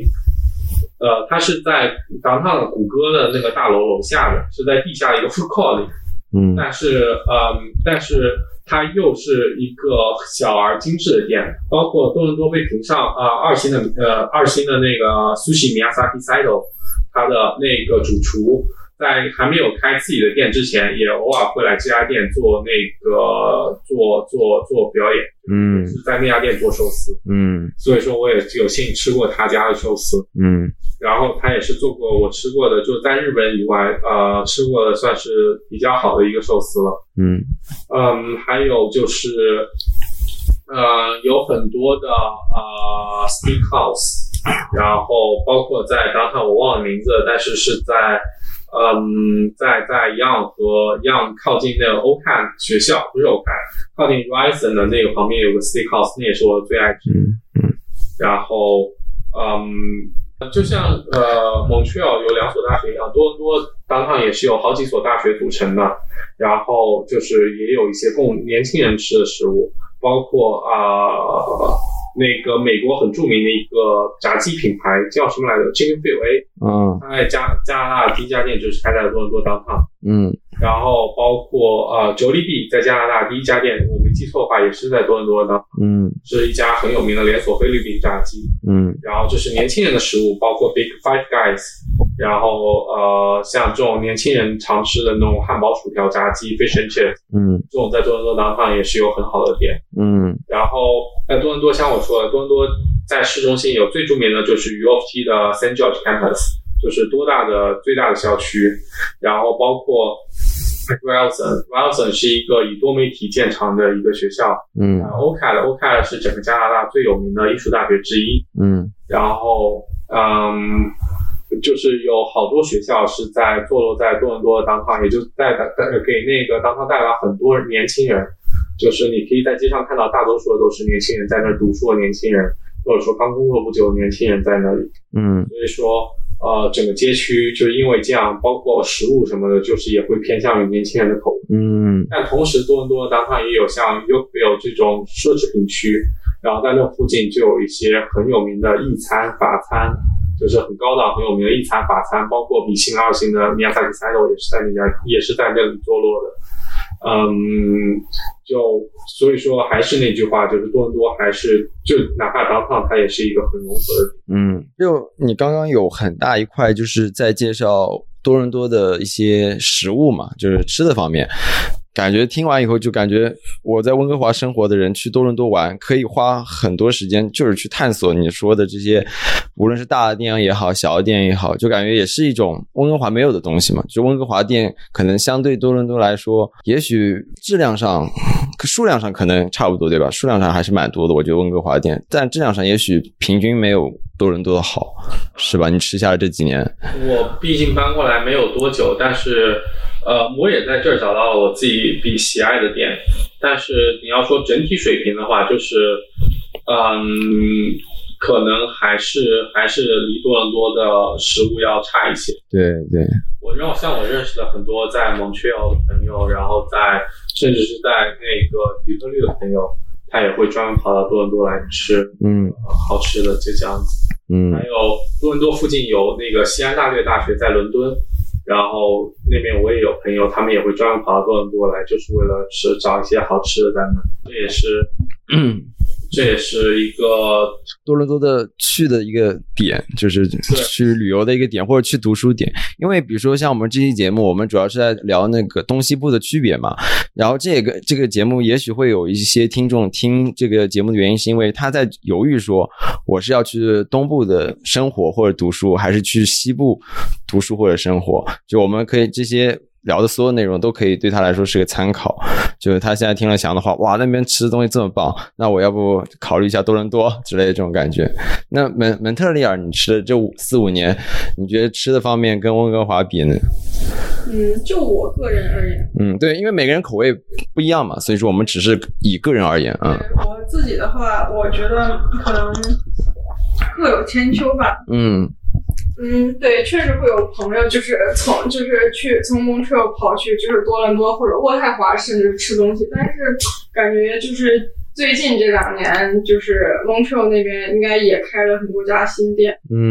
呃，它是在downtown谷歌的那个大楼楼下的，是在地下一个 food court 里。 嗯， 但是嗯，但是它又是一个小而精致的店，包括多伦多被评上啊、呃、二星的呃二星的那个 Sushi Miyazaki Saito， 他的那个主厨在还没有开自己的店之前，也偶尔会来这家店做那个做做做表演，嗯，是在那家店做寿司，嗯，所以说我也有幸吃过他家的寿司，嗯，然后他也是做过我吃过的，就在日本以外，呃，吃过的算是比较好的一个寿司了，嗯嗯，还有就是，呃，有很多的呃 steakhouse， 然后包括在当场我忘了名字，但是是在。嗯，在在 Young 和 Young 靠近那个欧看学校，不是欧看，靠近 Ryerson 的那个旁边有个 steakhouse， 那也是我最爱吃。嗯嗯。然后，嗯，就像呃 Montreal 有两所大学一样，多伦多当场也是有好几所大学组成的。然后就是也有一些供年轻人吃的食物，包括啊、呃、那个美国很著名的一个炸鸡品牌叫什么来着 Chick-fil-A， 嗯，它在加加拿大的第一家店就是开在多伦多当场，嗯，然后包括呃 Jollibee 在加拿大第一家店，我没记错的话也是在多伦多的，嗯，是一家很有名的连锁菲律宾炸鸡，嗯，然后就是年轻人的食物，包括 Big Five Guys， 然后呃像这种年轻人常吃的那种汉堡、薯条、炸鸡 Fish and Chips， 嗯，这种在多伦多当场也是有很好的店，嗯，然后在多伦多像我说的，多伦多在市中心有最著名的就是 U of T 的 Saint George Campus， 就是多大的最大的校区，然后包括 Ryerson Ryerson 是一个以多媒体见长的一个学校，嗯 ，O C A D O C A D 是整个加拿大最有名的艺术大学之一，嗯，然后嗯，就是有好多学校是在坐落在多伦多的当场，也就带带给那个当场带来很多年轻人，就是你可以在街上看到大多数的都是年轻人在那儿读书的年轻人，或者说刚工作不久的年轻人在那里，嗯，所以说呃，整个街区就是因为这样，包括食物什么的，就是也会偏向于年轻人的口味。嗯，但同时多伦多当场也有像有有这种奢侈品区，然后在那附近就有一些很有名的意餐、法餐，就是很高档、很有名的意餐、法餐，包括比星二星的 Miyazaki Saito 也是在那家，也是在那里坐落的。嗯，就所以说还是那句话，就是多伦多还是就哪怕downtown它也是一个很融合的地方。 嗯，就你刚刚有很大一块就是在介绍多伦多的一些食物嘛，就是吃的方面。感觉听完以后就感觉我在温哥华生活的人去多伦多玩可以花很多时间，就是去探索你说的这些无论是大的店也好小的店也好，就感觉也是一种温哥华没有的东西嘛。就温哥华店可能相对多伦多来说也许质量上数量上可能差不多对吧，数量上还是蛮多的我觉得温哥华店，但质量上也许平均没有多伦多的好是吧，你吃下来这几年。 我毕竟搬过来没有多久，但是呃，我也在这儿找到了我自己比喜爱的店，但是你要说整体水平的话，就是，嗯，可能还是还是离多伦多的食物要差一些。 对对， 我认像我认识的很多在 Montreal 的朋友，然后在甚至是在那个底特律的朋友，他也会专门跑到多伦多来吃，嗯，好吃的就这样子。嗯，还有多伦多附近有那个西安大略大学在伦敦。然后那边我也有朋友，他们也会专门跑到多伦多来，就是为了吃找一些好吃的在那。这也是，嗯，这也是一个多伦多的去的一个点，就是去旅游的一个点，或者去读书点。因为比如说像我们这期节目，我们主要是在聊那个东西部的区别嘛。然后这个这个节目也许会有一些听众听这个节目的原因，是因为他在犹豫说，我是要去东部的生活或者读书，还是去西部读书或者生活。就我们可以这些聊的所有内容都可以对他来说是个参考，就是他现在听了想的话，哇，那边吃的东西这么棒，那我要不考虑一下多伦多之类的这种感觉。那蒙蒙特利尔你吃了这五四五年，你觉得吃的方面跟温哥华比呢？ 嗯，就我个人而言， 嗯，对，因为每个人口味不一样嘛，所以说我们只是以个人而言啊。 我自己的话，我觉得可能各有千秋吧。嗯。嗯，对，确实会有朋友就是从就是去从蒙特利尔跑去就是多伦多或者渥太华甚至吃东西，但是感觉就是最近这两年就是蒙特利尔那边应该也开了很多家新店。嗯，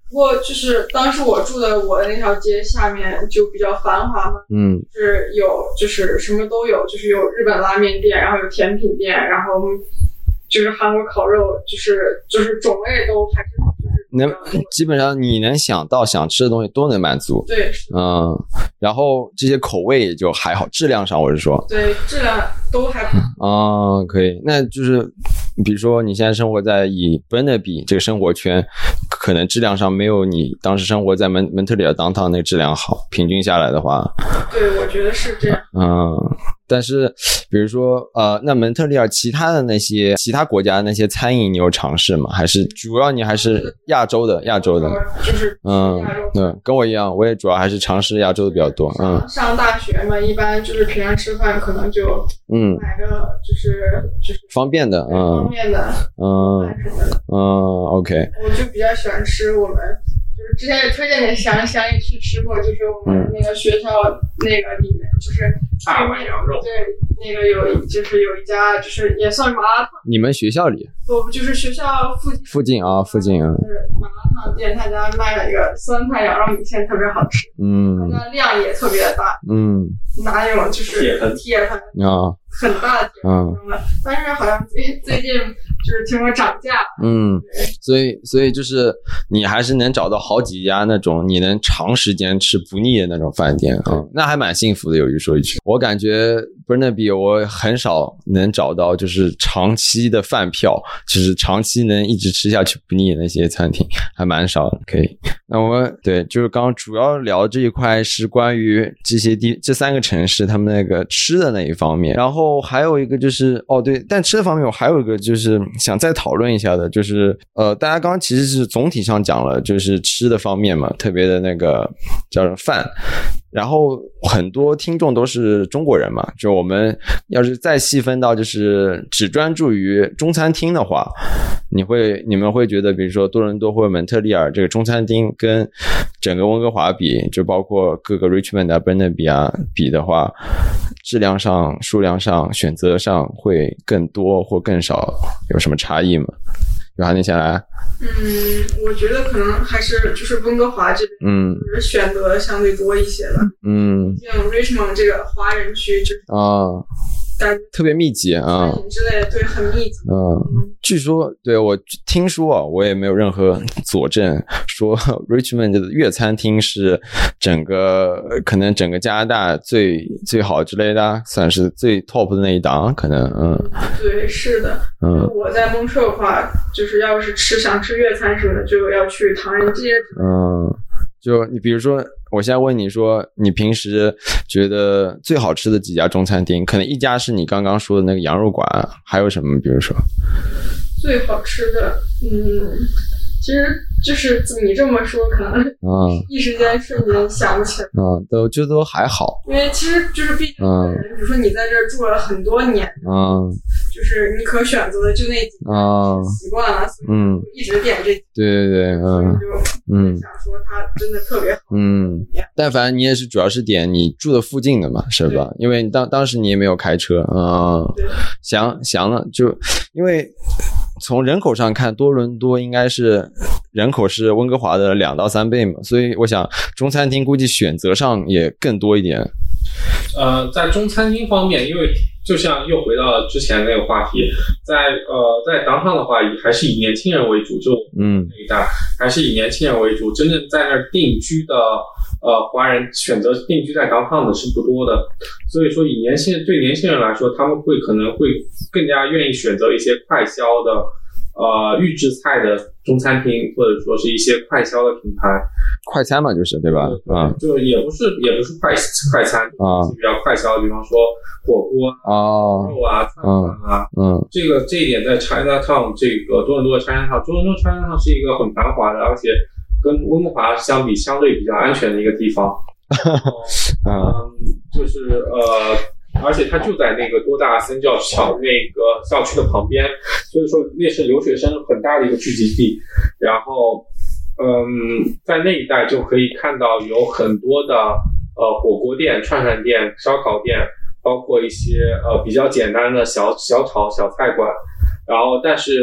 不过就是当时我住的我的那条街下面就比较繁华嘛， 嗯， 是有就是什么都有，就是有日本拉面店，然后有甜品店，然后就是韩国烤肉，就是就是种类都还是就是能基本上你能想到想吃的东西都能满足。 对， 嗯，然后这些口味也就还好，质量上我是说， 对，质量都还不错。 啊，可以。那就是比如说你现在生活在以 Burnaby 这个生活圈，可能质量上没有你当时生活在蒙蒙特利尔 downtown 那个质量好，平均下来的话。 对，我觉得是这样。 嗯，但是比如说呃，那蒙特利尔其他的那些其他国家那些餐饮你有尝试吗？还是主要你还是亚洲的亚洲的？ 就是嗯，对，跟我一样，我也主要还是尝试亚洲的比较多。嗯， 上大学嘛，一般就是平常吃饭可能就嗯买个就是就是方便的，嗯方便的嗯嗯 ，OK。 我就比较喜欢吃我们。就是之前也推荐给翔翔也去吃过，就是我们那个学校那个里面，就是大碗羊肉。 对，那个有就是有一家，就是也算麻辣烫。 你们学校里？ 不，就是学校附近。 附近啊，附近啊。 就是麻辣烫店，他家卖了一个酸菜羊肉米线，特别好吃。 嗯。 他家量也特别的大。 嗯。 拿那种就是铁盆。 铁盆。 啊。 很大的铁盆扔了，但是好像最最近就是听说涨价。 嗯，所以所以就是你还是能找到好几家那种你能长时间吃不腻的那种饭店啊、嗯，那还蛮幸福的。有一说一句，我感觉 Burnaby 我很少能找到就是长期的饭票，就是长期能一直吃下去不腻的那些餐厅，还蛮少的。可以，那我们对就是刚刚主要聊这一块是关于这些地这三个城市他们那个吃的那一方面，然后。后还有一个就是哦对，但吃的方面我还有一个就是想再讨论一下的，就是呃大家刚刚其实是总体上讲了就是吃的方面嘛，特别的那个叫什么饭，然后很多听众都是中国人嘛，就我们要是再细分到就是只专注于中餐厅的话，你会你们会觉得比如说多伦多或者蒙特利尔这个中餐厅跟整个温哥华比，就包括各个 Richmond 啊 Burnaby 啊比的话，质量上数量上选择上会更多或更少，有什么差异吗？有哈尼先来。 嗯，我觉得可能还是就是温哥华这边，嗯，就是选择相对多一些的。嗯，像 Richmond 这个华人区就是啊，感觉特别密集啊， 之类的，对，很密集。 嗯，据说对我听说啊，我也没有任何佐证，说 Richmond 的粤餐厅是整个可能整个加拿大最最好之类的，算是最 top 的那一档，可能嗯， 对，是的。嗯，我在蒙特的话，就是要是吃想吃粤餐什么的，就要去唐人街。 嗯，就你比如说，我现在问你说，你平时觉得最好吃的几家中餐厅，可能一家是你刚刚说的那个羊肉馆，还有什么？比如说最好吃的，嗯，其实就是你这么说，可能嗯，一时间瞬间想不起来。 嗯，都就都还好， 因为其实就是毕竟，嗯，比如说你在这儿住了很多年，嗯，就是你可选择的就那几家，嗯，习惯了，所以嗯，一直点这几家。 对对对，嗯， 就嗯，想说它真的特别好， 嗯，但反正你也是主要是点你住的附近的嘛，是吧？因为当当时你也没有开车，嗯，想想了就因为。从人口上看，多伦多应该是人口是温哥华的两到三倍嘛，所以我想中餐厅估计选择上也更多一点。 呃，在中餐厅方面，因为就像又回到了之前那个话题，在呃在downtown的话，还是以年轻人为主，就嗯那一带还是以年轻人为主，真正在那儿定居的呃华人选择定居在downtown的是不多的，所以说以年轻人对年轻人来说，他们会可能会更加愿意选择一些快消的呃预制菜的中餐厅，或者说是一些快消的品牌。 快餐嘛，就是对吧？ 嗯，就也不是也不是快快餐啊，比较快消的，比方说火锅啊、肉啊、串串啊，嗯，这个这一点在 Chinatown 这个多伦多的 Chinatown， 多伦多 Chinatown 是一个很繁华的，而且跟温哥华相比相对比较安全的一个地方。嗯，就是呃。而且它就在那个多大森教桥那个校区的旁边，所以说那是留学生很大的一个聚集地。然后，嗯，在那一带就可以看到有很多的呃火锅店、串串店、烧烤店，包括一些呃比较简单的小小炒小菜馆。然后，但是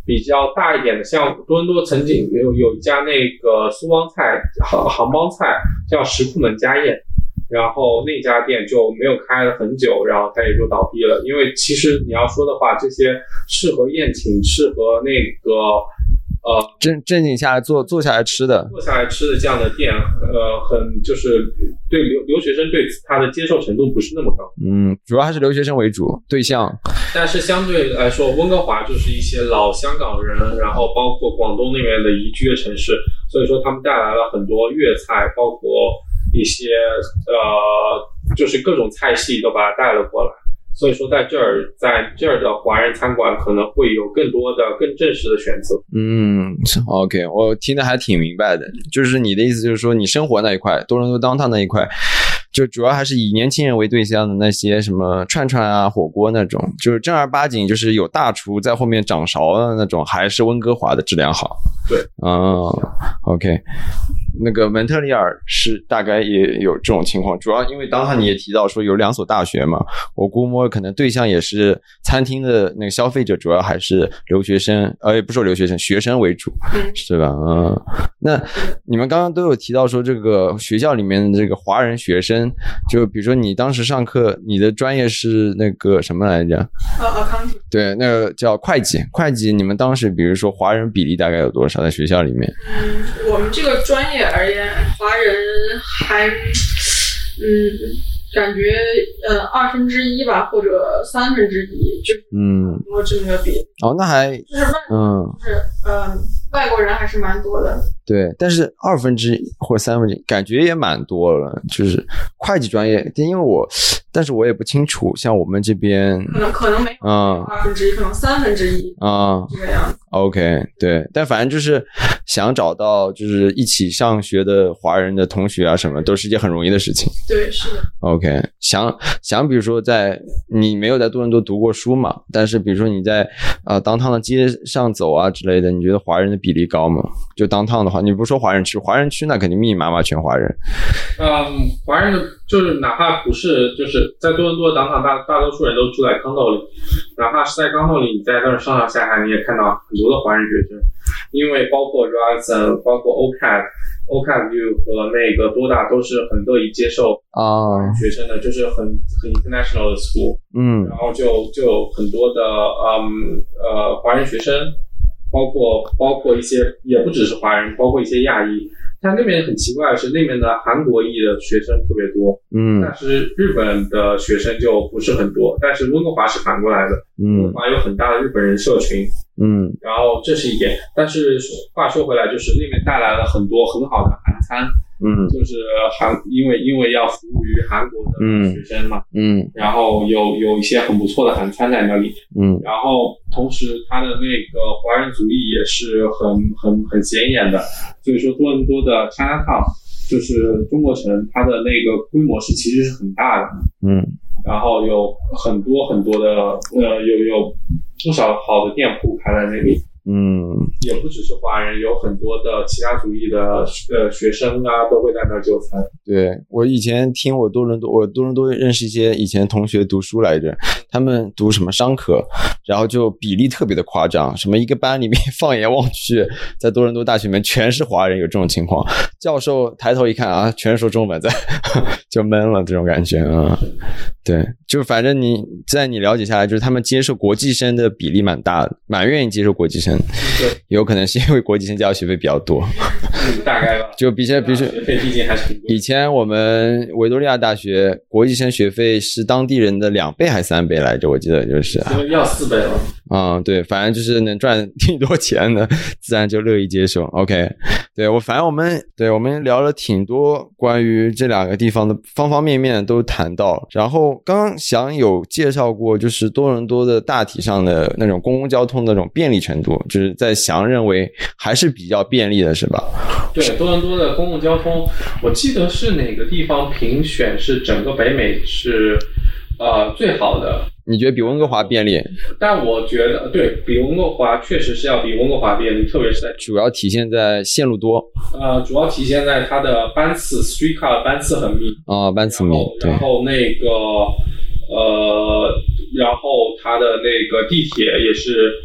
比较大一点的，像多伦多曾经有有一家那个苏帮菜杭杭帮菜叫石库门家宴，然后那家店就没有开了很久，然后它也就倒闭了。因为其实你要说的话，这些适合宴请、适合那个呃正正经下来坐坐下来吃的， 坐下来吃的这样的店，呃，很就是对留留学生对它的接受程度不是那么高。 嗯，主要还是留学生为主对象。 但是相对来说，温哥华就是一些老香港人，然后包括广东那边的宜居的城市，所以说他们带来了很多粤菜，包括一些呃，就是各种菜系都把它带了过来。所以说在这儿，在这儿的华人餐馆可能会有更多的、更正式的选择。 嗯 ，OK， 我听得还挺明白的。就是你的意思，就是说你生活那一块，多伦多 downtown 那一块，就主要还是以年轻人为对象的那些什么串串啊、火锅那种，就是正儿八经就是有大厨在后面掌勺的那种，还是温哥华的质量好。 对， 嗯 ，OK。那个蒙特利尔是大概也有这种情况，主要因为当时你也提到说有两所大学嘛，我估摸可能对象也是餐厅的那个消费者，主要还是留学生，呃，也不说留学生，学生为主，是吧？嗯，那你们刚刚都有提到说这个学校里面的这个华人学生，就比如说你当时上课，你的专业是那个什么来着？ 呃 ，accounting。对， 那个叫会计，会计你们当时比如说华人比例大概有多少在学校里面？ 嗯，我们这个专业而言，华人还，嗯，感觉呃二分之一吧，或者三分之一，就嗯，多这么个比。 哦，那还就是外嗯，就是呃外国人还是蛮多的。 对，但是二分之一或三分之一感觉也蛮多了，就是会计专业，因为我，但是我也不清楚，像我们这边可能可能没有二分之一，可能三分之一啊，这个样子。 OK， 对，但反正就是想找到就是一起上学的华人的同学啊，什么都是一件很容易的事情。 对，是的。 OK， 想想，比如说在你没有在多伦多读过书嘛，但是比如说你在呃 downtown 的街上走啊之类的，你觉得华人的比例高吗？就 downtown 的话，你不说华人区，华人区那肯定密密麻麻全华人。 嗯，华人的就是哪怕不是就是在多伦多 downtown 大大多数人都住在康豆里，哪怕是在康豆里，你在那儿上上下下你也看到很多的华人学生，因为包括 Ryerson， 包括 O C A D。O C A D U 和那个多大都是很乐意接受啊学生的， oh. 就是很很 international 的 school， 嗯，然后就就有很多的嗯呃华人学生，包括包括一些也不只是华人，包括一些亚裔。他那边很奇怪的是，那边的韩国裔的学生特别多，嗯，但是日本的学生就不是很多。但是温哥华是反过来的，嗯，温哥华有很大的日本人社群，嗯，然后这是一点。但是话说回来，就是那边带来了很多很好的韩餐，嗯，就是韩因为因为要服务于韩国的学生嘛，嗯，嗯然后有有一些很不错的韩餐在那里，嗯，然后同时他的那个华人族裔也是很很很显眼的。所以说多伦多的 Chinatown 就是中国城，它的那个规模是其实是很大的，嗯，然后有很多很多的呃有有不少好的店铺开在那里，嗯，也不只是华人，有很多的其他族裔的呃学生啊都会在那儿就餐。 对，我以前听我多伦多，我多伦多认识一些以前同学读书来着，他们读什么商科，然后就比例特别的夸张，什么一个班里面放眼望去，在多伦多大学里面全是华人，有这种情况。教授抬头一看啊，全说中文在，就闷了这种感觉啊、嗯。对，就反正你在你了解下来，就是他们接受国际生的比例蛮大的，蛮愿意接受国际生。对，有可能是因为国际生交学费比较多。 嗯，大概吧。 就比起比起学费毕竟还是挺多。 以前我们维多利亚大学国际生学费是当地人的两倍还是三倍来着？我记得就是。 要四倍了。 嗯，对，反正就是能赚挺多钱的，自然就乐意接受。OK， 对我反正我们对我们聊了挺多关于这两个地方的方方面面都谈到，然后刚刚想有介绍过，就是多伦多的大体上的那种公共交通的那种便利程度，就是在翔认为还是比较便利的，是吧？ 对，多伦多的公共交通，我记得是哪个地方评选是整个北美是呃最好的。 你觉得比温哥华便利？ 但我觉得对比温哥华确实是要比温哥华便利，特别是在主要体现在线路多， 呃，主要体现在它的班次 ，streetcar 班次很密啊、哦，班次密，对， 然后那个呃，然后它的那个地铁也是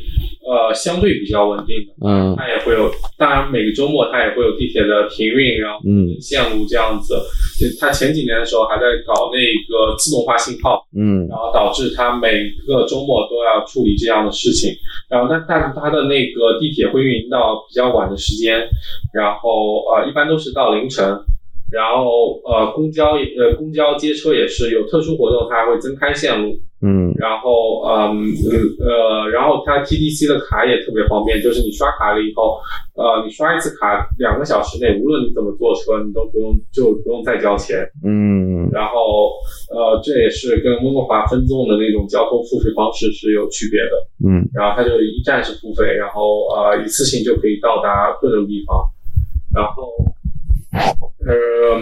呃相对比较稳定的， 嗯， 它也会有，当然每个周末它也会有地铁的停运，然后线路这样子。嗯，它前几年的时候还在搞那个自动化信号， 嗯， 然后导致它每个周末都要处理这样的事情。然后但但是它的那个地铁会运营到比较晚的时间，然后呃一般都是到凌晨。然后呃公交呃公交街车也是有特殊活动，它还会增开线路。 嗯， 然后嗯呃然后它 T D C 的卡也特别方便，就是你刷卡了以后，呃你刷一次卡两个小时内，无论你怎么坐车，你都不用就不用再交钱。 嗯， 然后呃这也是跟温哥华分纵的那种交通付费方式是有区别的。 嗯，然后它就一站式付费，然后呃一次性就可以到达各种地方。然后呃，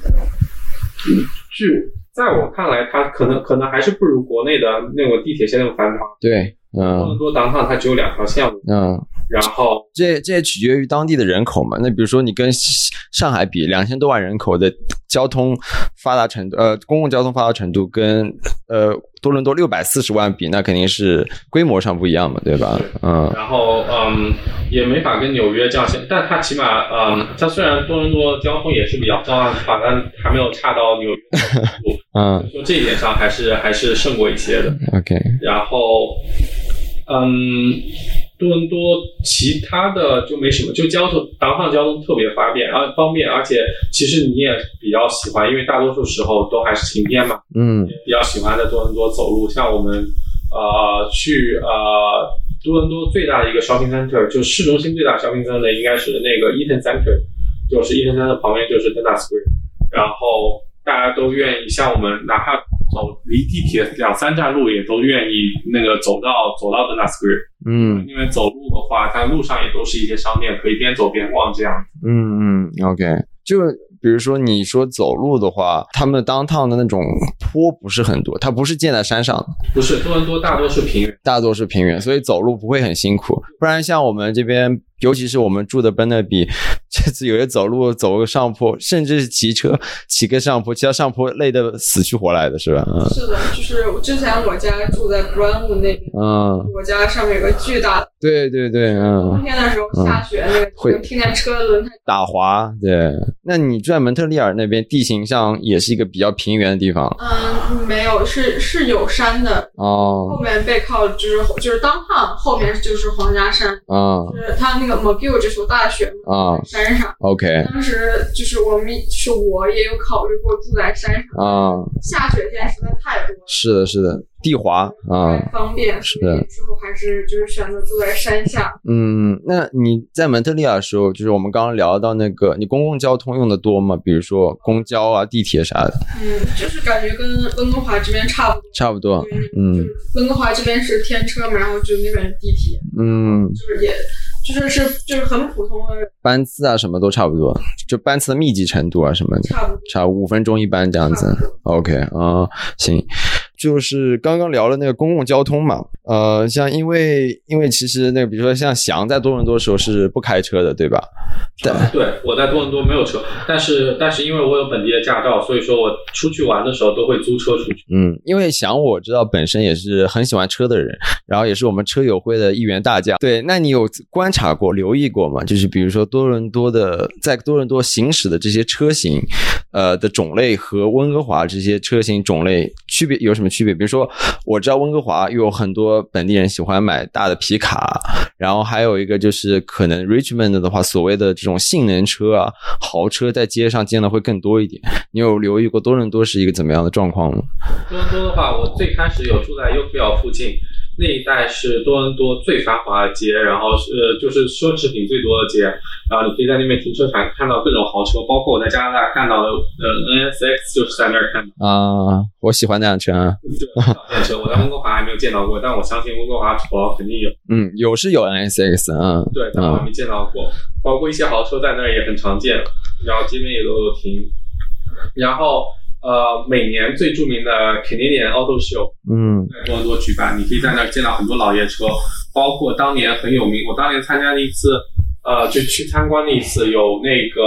据在我看来，它可能可能还是不如国内的那种地铁线那么繁华。 对，嗯， 多伦多downtown它只有两条线路。 嗯， 然后这这也取决于当地的人口嘛。那比如说你跟上海比，两千多万人口的交通发达程度，呃，公共交通发达程度跟呃多伦多六百四十万比，那肯定是规模上不一样嘛，对吧？嗯。 然后嗯，也没法跟纽约这样相，但它起码嗯，它虽然多伦多交通也是比较糟乱化，但还没有差到纽约的程度。 嗯。 所以说这一点上还是还是胜过一些的。 OK。 然后嗯。多伦多其他的就没什么，就交通downtown交通特别方便，然后方便，而且其实你也比较喜欢，因为大多数时候都还是晴天嘛， 嗯， 也比较喜欢在多伦多走路。像我们呃去呃多伦多最大的一个 shopping center， 就市中心最大的 shopping center 应该是那个 Eaton Center， 就是 Eaton Center 旁边就是 Dundas Square， 然后大家都愿意，像我们哪怕走离地铁两三站路也都愿意那个走到走到 Dundas Square。 嗯， 因为走路的话，它路上也都是一些商店，可以边走边逛这样。 嗯嗯 ，OK， 就比如说你说走路的话，他们 downtown 的那种坡不是很多，它不是建在山上的， 不是，多伦多大多是平原， 大多是平原，所以走路不会很辛苦。不然像我们这边，尤其是我们住的本纳比，这次有些走路走个上坡，甚至是骑车骑个上坡，骑到上坡累得死去活来的，是吧？嗯， 是的，就是之前我家住在 Brownwood 那边， 嗯， 我家上面有个巨大的， 对对对，嗯， 冬天的时候下雪，嗯，那个会听见车轮胎打滑，对。那你住在蒙特利尔那边，地形上也是一个比较平原的地方？ 嗯，没有，是是有山的哦，后面背靠就是就是 downtown 后面就是皇家山啊，就是它那个 McGill 这所大学啊，山上 ，OK。 当时就是我们是我也有考虑过住在山上啊，下雪天实在太多了， 是的，是的。地滑啊， 方便， 是的。 之后还是就是选择住在山下。 嗯，那你在蒙特利尔的时候，就是我们刚刚聊到那个，你公共交通用的多吗？比如说公交啊、地铁啥的。 嗯，就是感觉跟温哥华这边差不多。 差不多。嗯。 温哥华这边是天车嘛，然后就那边是地铁。嗯。就是也，就是是就是很普通的班次啊，什么都差不多，就班次的密集程度啊什么的。 差不多。 差五分钟一班这样子。OK 啊，行。就是刚刚聊了那个公共交通嘛，呃，像因为因为其实那个比如说像翔在多伦多的时候是不开车的，对吧？ 对，对，我在多伦多没有车，但是但是因为我有本地的驾照，所以说我出去玩的时候都会租车出去。 嗯，因为翔我知道本身也是很喜欢车的人，然后也是我们车友会的一员大将。对，那你有观察过、留意过吗？就是比如说多伦多的在多伦多行驶的这些车型，呃的种类和温哥华这些车型种类区别有什么区别？比如说我知道温哥华有很多本地人喜欢买大的皮卡，然后还有一个就是可能 Richmond 的话，所谓的这种性能车啊、豪车在街上见的会更多一点。你有留意过多伦多是一个怎么样的状况吗？ 多伦多的话，我最开始有住在 Yorkville 附近，那一带是多伦多最繁华的街，然后是、呃、就是奢侈品最多的街，然后你可以在那边停车场看到各种豪车，包括我在加拿大看到的呃 N S X 就是在那儿看到啊，我喜欢那辆车啊。 对，电车我在温哥华还没有见到过，但我相信温哥华土豪肯定有。 嗯，有是有 N S X 啊、嗯， 对，但我还没见到过、嗯，包括一些豪车在那儿也很常见，然后街边也都有停，然后。呃，每年最著名的 Canadian Auto Show， 嗯，在多伦多举办，你可以在那儿见到很多老爷车，包括当年很有名，我当年参加了一次，呃，就去参观了一次，有那个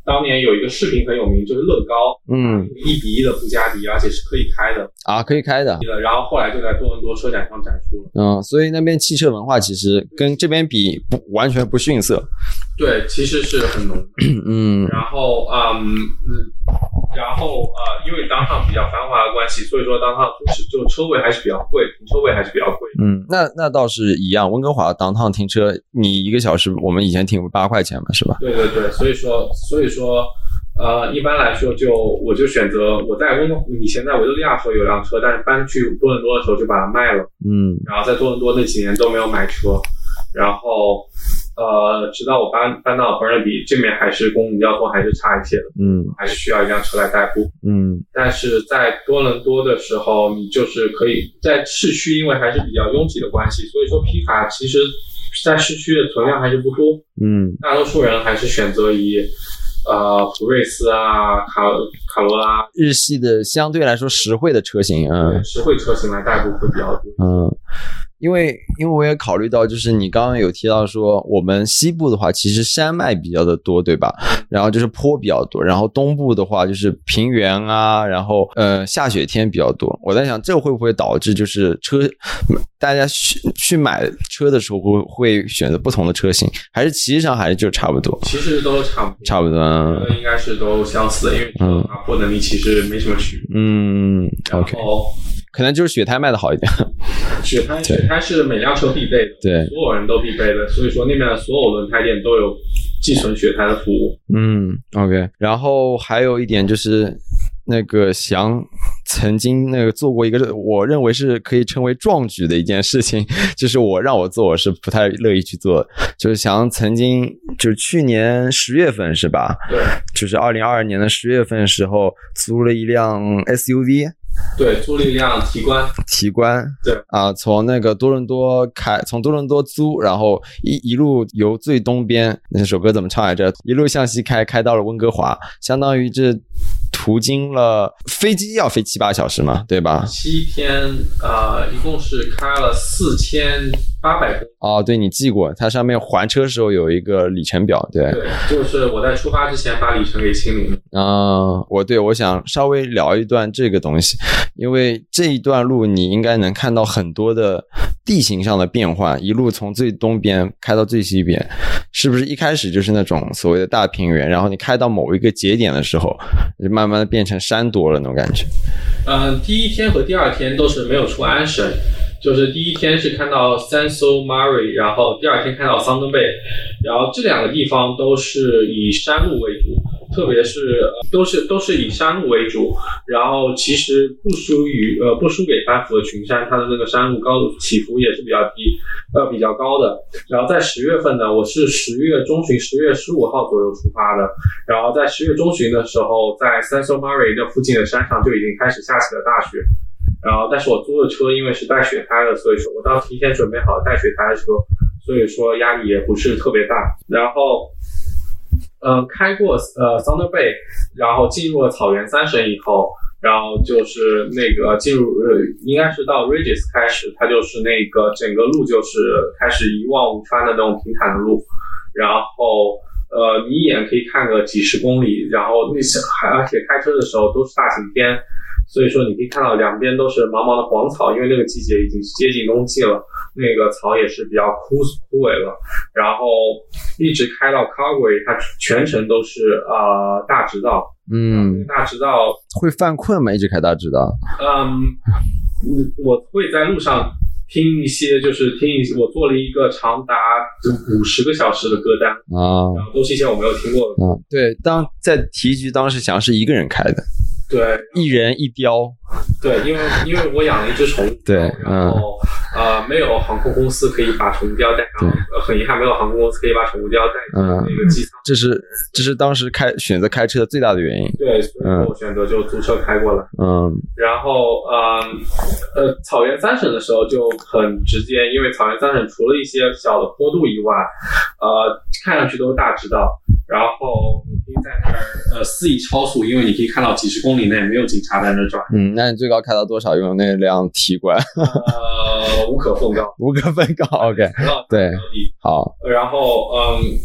当年有一个视频很有名，就是乐高， 嗯， 一比一的布加迪，而且是可以开的啊，可以开的。 然后后来就在多伦多车展上展出了。 嗯，所以那边汽车文化其实跟这边比不完全不逊色。 对，其实是很浓的。 嗯， 然后嗯嗯，然后呃，因为当趟比较繁华的关系，所以说当趟就车位还是比较贵，停车位还是比较贵。 嗯，那那倒是一样，温哥华当趟停车，你一个小时我们以前停八块钱嘛，是吧？ 对对对，所以说所以说呃，一般来说就我就选择我在温哥以前在维多利亚的时候有辆车，但是搬去多伦多的时候就把它卖了。嗯，然后在多伦多那几年都没有买车，然后。呃，直到我搬搬到伯恩比，这边还是公共交通还是差一些的，嗯，还是需要一辆车来代步，嗯。但是在多伦多的时候，你就是可以在市区，因为还是比较拥挤的关系，所以说皮卡其实在市区的存量还是不多，嗯。大多数人还是选择以呃普锐斯啊、卡卡罗拉、 日系的相对来说实惠的车型，嗯， 实惠车型来代步会比较多， 嗯。因为因为我也考虑到，就是你刚刚有提到说，我们西部的话其实山脉比较的多，对吧？然后就是坡比较多，然后东部的话就是平原啊，然后呃下雪天比较多。我在想，这会不会导致就是车大家去去买车的时候会会选择不同的车型，还是其实上还是就差不多？ 其实都差不多， 差不多， 应该是都相似的，因为爬坡能力其实没什么区别。 嗯 ，OK。可能就是雪胎卖的好一点， 雪胎雪胎是每辆车必备的， 对， 所有人都必备的，所以说那边的所有轮胎店都有寄存雪胎的服务。 嗯 ，OK。然后还有一点就是那个翔曾经那个做过一个我认为是可以称为壮举的一件事情，就是我让我做我是不太乐意去做的，就是翔曾经就是去年十月份是吧？ 对， 就是二零二二年的十月份的时候租了一辆 S U V。 对，租了一辆提观， 提观， 对啊，从那个多伦多开，从多伦多租，然后一一路由最东边，那首歌怎么唱来着？一路向西开，开到了温哥华，相当于这途经了飞机要飞七八小时嘛，对吧？ 七天，呃，一共是开了四千八百公里。 哦，对，你记过，它上面还车时候有一个里程表，对。 对，就是我在出发之前把里程给清零了。 啊、呃，我对我想稍微聊一段这个东西，因为这一段路你应该能看到很多的地形上的变化，一路从最东边开到最西边，是不是一开始就是那种所谓的大平原，然后你开到某一个节点的时候，就慢慢的变成山多了那种感觉？ 嗯，第一天和第二天都是没有出安省。就是第一天是看到 Sansol Murray， 然后第二天看到 Thunder Bay， 然后这两个地方都是以山路为主，特别是都是都是以山路为主，然后其实不输于呃不输给班夫的群山，它的那个山路高度起伏也是比较低呃比较高的。然后在十月份呢，我是十月中旬十月十五号左右出发的，然后在十月中旬的时候，在 Sansol Murray 的附近的山上就已经开始下起了大雪。然后，但是我租的车因为是带雪胎的，所以说我当时提前准备好带雪胎的车，所以说压力也不是特别大。然后，嗯、呃，开过呃 Thunder Bay， 然后进入了草原三省以后，然后就是那个进入呃，应该是到 Regis 开始，它就是那个整个路就是开始一望无川的那种平坦的路，然后。呃，你一眼可以看个几十公里，然后那些还而且开车的时候都是大晴天，所以说你可以看到两边都是茫茫的黄草，因为那个季节已经接近冬季了，那个草也是比较枯枯萎了。然后一直开到 Calgary， 它全程都是呃大直道，嗯，大直道会犯困吗？一直开大直道？ 嗯，我会在路上。听一些就是听一些，我做了一个长达五十个小时的歌单啊，然后都是一些我没有听过的。 嗯，对，当在提局当时翔是一个人开的， 对， 一人一雕， 对，因为因为我养了一只宠物， 对， 然后、嗯、呃没有航空公司可以把宠物雕带上，呃很遗憾没有航空公司可以把宠物雕带上那个机舱， 这是这是当时开选择开车的最大的原因。 对，所以我选择就租车开过来。嗯，然后嗯呃草原三省的时候就很直接，因为草原三省除了一些小的坡度以外，呃看上去都是大直道，然后你可以在那儿呃肆意超速，因为你可以看到几十公里内没有警察在那转。 嗯，那你最高开到多少用那辆提观？ 呃，无可奉告。 无可奉告 ，OK。对，好。 然后嗯，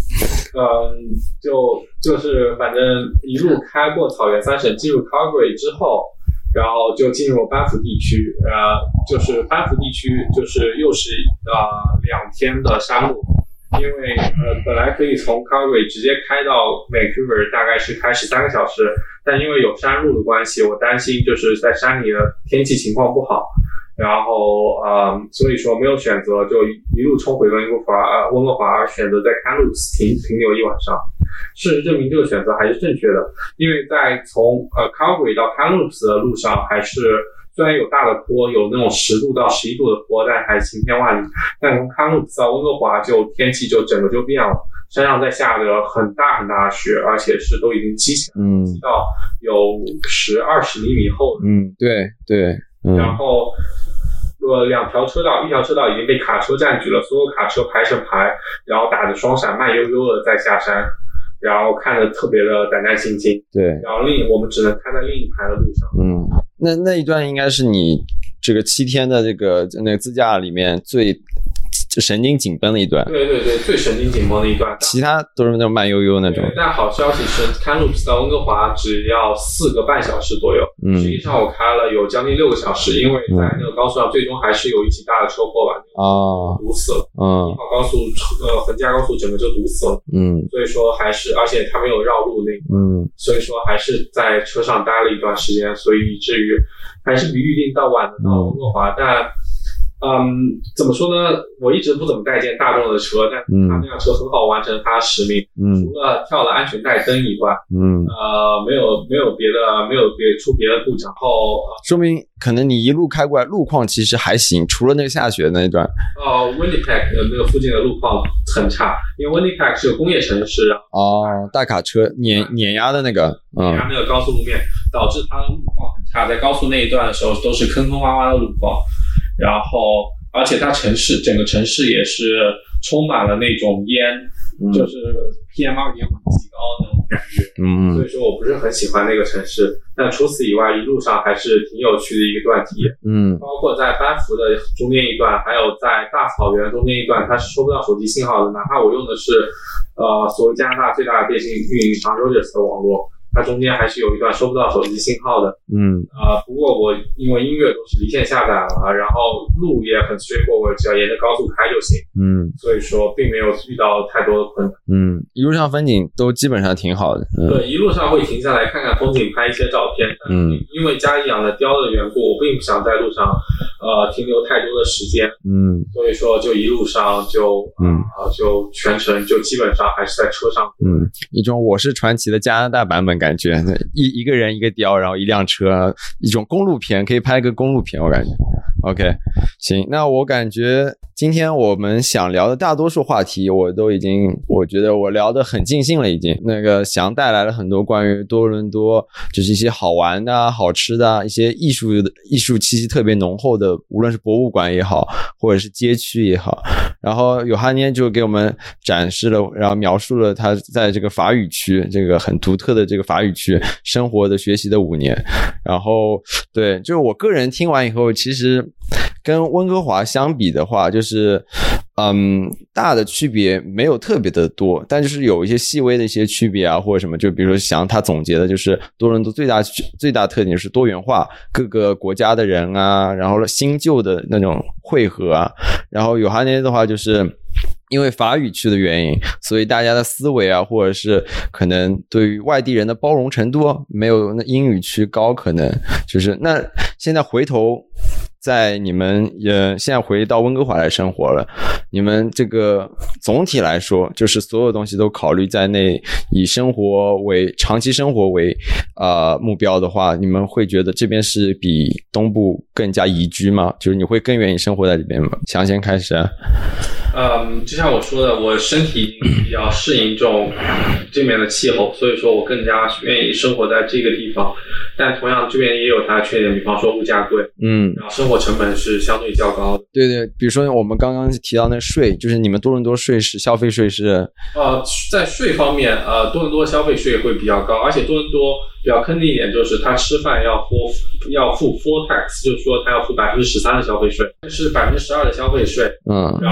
嗯，就就是反正一路开过草原三省，进入 Calgary 之后，然后就进入班夫地区，呃，就是班夫地区就是又是呃两天的山路。因为呃本来可以从 Calgary 直接开到 Vancouver 大概是开十三个小时，但因为有山路的关系，我担心就是在山里的天气情况不好，然后呃所以说没有选择就一路冲回温哥华，呃温哥华而选择在 Kamloops 停停留一晚上。事实证明这个选择还是正确的，因为在从呃 Calgary 到 Kamloops 的路上还是。虽然有大的坡，有那种十度到十一度的坡，但还晴天万里。但从康路到温哥华就天气就整个就变了，山上在下着很大很大的雪，而且是都已经积起来，嗯，积到有十二十厘米厚。 嗯，对对。嗯、 然后呃，两条车道，一条车道已经被卡车占据了，所有卡车排成排，然后打着双闪，慢悠悠的在下山。然后看着特别的胆战心惊， 对。 然后另我们只能开在另一排的路上。 嗯，那那一段应该是你这个七天的这个那个自驾里面最神经紧绷的一段。 对对对，最神经紧绷的一段。 其他都是那种慢悠悠那种。 但好消息是 ，Kamloops 到温哥华只要四个半小时左右。嗯。实际上我开了有将近六个小时，因为在那个高速上最终还是有一起大的车祸吧。 啊。 堵死了。 嗯。 一号高速呃横架高速整个就堵死了。嗯。所以说还是，而且它没有绕路那个。嗯。所以说还是在车上待了一段时间，所以以至于还是比预定到晚的到温哥华，嗯、但。嗯，怎么说呢？我一直不怎么待见大众的车，但他那辆车很好完成它的使命。嗯，除了跳了安全带灯以外，嗯，呃，没有没有别的，没有别出别的故障。然后、呃、 说明可能你一路开过来，路况其实还行，除了那个下雪那一段。 哦、呃、，Winnipeg 的那个附近的路况很差，因为 Winnipeg 是个工业城市。 哦，大卡车碾碾压的那个， 碾压那个高速路面，导致它的路况很差。在高速那一段的时候，都是坑坑洼洼的路况。然后，而且它城市整个城市也是充满了那种烟，嗯、就是 P M 二点五 极高那种感觉。嗯，所以说我不是很喜欢那个城市。但除此以外，一路上还是挺有趣的一个段体验。嗯，包括在班夫的中间一段，还有在大草原中间一段，它是收不到手机信号的。哪怕我用的是呃所谓加拿大最大的电信运营商 Rogers 的网络。它中间还是有一段收不到手机信号的，嗯，呃，不过我因为音乐都是离线下载了，然后路也很 straightforward， 只要沿着高速开就行，嗯，所以说并没有遇到太多的困难， 嗯，一路上风景都基本上挺好的， 嗯、对，一路上会停下来看看风景，拍一些照片，嗯，因为家里养的貂的缘故，我并不想在路上呃停留太多的时间，嗯，所以说就一路上就嗯啊、呃、就全程就基本上还是在车上， 嗯，一种我是传奇的加拿大版本。感觉一一个人一个雕，然后一辆车，一种公路片，可以拍个公路片，我感觉。OK， 行，那我感觉今天我们想聊的大多数话题，我都已经，我觉得我聊得很尽兴了，已经。那个翔带来了很多关于多伦多，就是一些好玩的、好吃的、一些艺术的艺术气息特别浓厚的，无论是博物馆也好，或者是街区也好。然后有哈涅就给我们展示了，然后描述了他在这个法语区，这个很独特的这个法语区生活的、学习的五年。然后，对，就是我个人听完以后，其实跟温哥华相比的话，就是嗯，大的区别没有特别的多，但就是有一些细微的一些区别啊，或者什么，就比如说像他总结的就是多伦多最大最大特点就是多元化，各个国家的人啊，然后新旧的那种汇合啊，然后有哈涅的话就是因为法语区的原因，所以大家的思维啊，或者是可能对于外地人的包容程度没有那英语区高，可能就是那现在回头在你们呃现在回到温哥华来生活了，你们这个总体来说就是所有东西都考虑在内，以生活为长期生活为呃目标的话，你们会觉得这边是比东部更加宜居吗？就是你会更愿意生活在这边吗？想先开始啊。 嗯，就像我说的，我身体已经比较适应这种这边的气候，所以说我更加愿意生活在这个地方。但同样这边也有它的缺点，比方说物价贵，嗯，然后生活成本是相对较高的。 对对，比如说我们刚刚提到那税，就是你们多伦多税是消费税是呃，在税方面，呃，多伦多消费税会比较高，而且多伦多比较坑的一点就是他吃饭要付要付 full tax， 就是说他要付百分之十三的消费税，是百分之十二的消费税，嗯，然后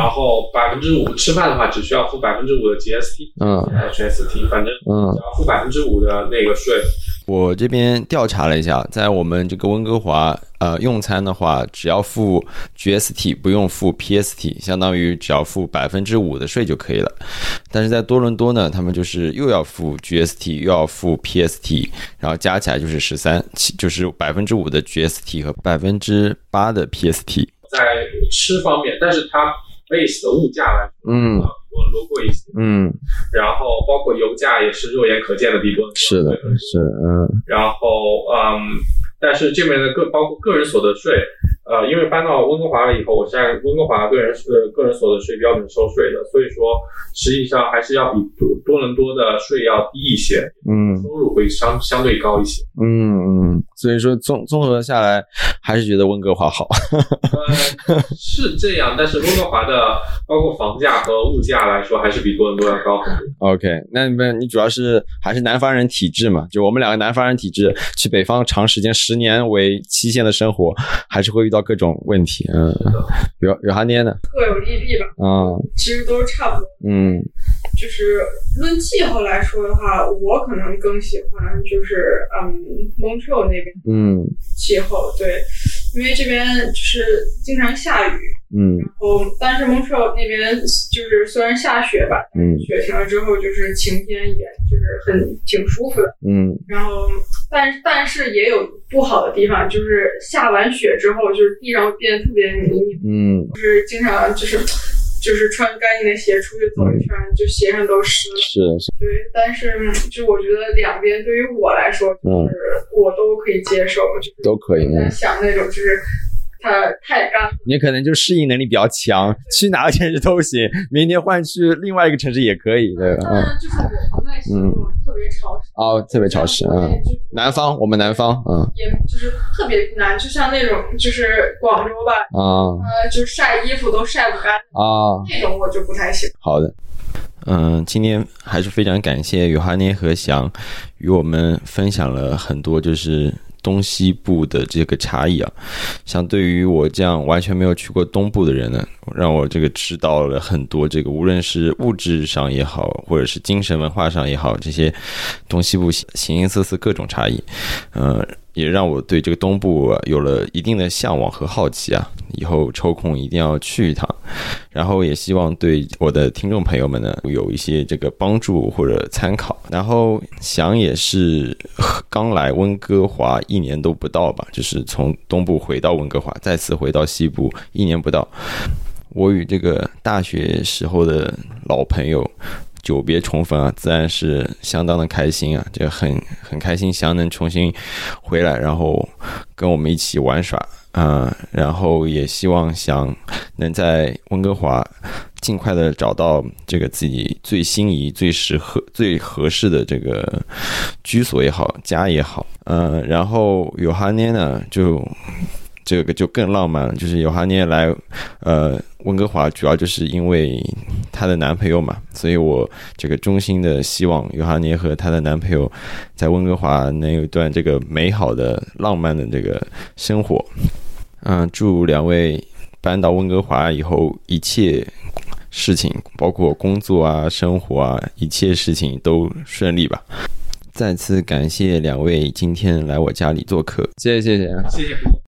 百分之五吃饭的话只需要付百分之五的 G S T， 嗯 H S T， 反正只要付百分之五的那个税。 我这边调查了一下，在我们这个温哥华，呃，用餐的话，只要付 G S T， 不用付 P S T， 相当于只要付百分之五的税就可以了。但是在多伦多呢，他们就是又要付 G S T， 又要付 P S T， 然后加起来就是十三，就是百分之五的 G S T 和百分之八的 P S T。 在吃方面，但是它 base 的物价来说， 嗯， 比多伦多贵一些， 嗯， 然后包括油价也是肉眼可见的比多伦多是的，是的，嗯， 然后嗯，但是这边的个包括个人所得税，呃，因为搬到温哥华了以后，我是按温哥华个人呃个人所得税标准收税的，所以说实际上还是要比多多伦多的税要低一些，嗯，收入会相相对高一些， 嗯嗯，所以说综综合下来，还是觉得温哥华好。 呃，是这样，但是温哥华的包括房价和物价来说，还是比多伦多要高很多。 OK， 那你你主要是还是南方人体质嘛？就我们两个南方人体质，去北方长时间十年为期限的生活，还是会遇到各种问题。嗯，有有哈捏呢？ 各有利弊吧。 嗯， 其实都是差不多。 嗯， 就是论气候来说的话，我可能更喜欢就是嗯 Montreal 那边嗯气候，对，因为这边就是经常下雨，嗯，然后但是 Montreal 那边就是虽然下雪吧，嗯，雪停了之后就是晴天，也就是很挺舒服的，嗯，然后但但是也有不好的地方，就是下完雪之后，就是地上会变得特别泥泞，嗯，就是经常就是就是穿干净的鞋出去走一圈，嗯、就鞋上都湿了。是是。对，但是就我觉得两边对于我来说，就是我都可以接受，嗯、就是都可以。 在想那种就是它太干了， 你可能就适应能力比较强，去哪个城市都行，明天换去另外一个城市也可以，对吧？ 嗯，就是我不太喜欢那种特别潮湿。 哦，特别潮湿，嗯。南方，我们南方，嗯。也就是特别难，就像那种就是广州吧，啊，呃，就晒衣服都晒不干啊，那种我就不太喜欢。 好的。嗯，今天还是非常感谢尤哈涅和翔与我们分享了很多就是东西部的这个差异啊，像对于我这样完全没有去过东部的人呢，让我这个知道了很多这个无论是物质上也好，或者是精神文化上也好，这些东西部形形色色各种差异，呃，也让我对这个东部、啊、有了一定的向往和好奇啊，以后抽空一定要去一趟，然后也希望对我的听众朋友们呢有一些这个帮助或者参考。然后翔也是刚来温哥华一年都不到吧，就是从东部回到温哥华，再次回到西部一年不到，我与这个大学时候的老朋友久别重逢啊，自然是相当的开心啊！就很很开心，翔能重新回来，然后跟我们一起玩耍啊、呃，然后也希望翔能在温哥华尽快的找到这个自己最心仪、最适合、最合适的这个居所也好，家也好，呃，然后尤哈涅呢就。这个就更浪漫了，就是尤哈涅来呃温哥华主要就是因为她的男朋友嘛，所以我这个衷心的希望尤哈涅和她的男朋友在温哥华能有一段这个美好的浪漫的这个生活。嗯、呃，祝两位搬到温哥华以后一切事情包括工作啊生活啊一切事情都顺利吧。再次感谢两位今天来我家里做客，谢谢谢谢谢谢。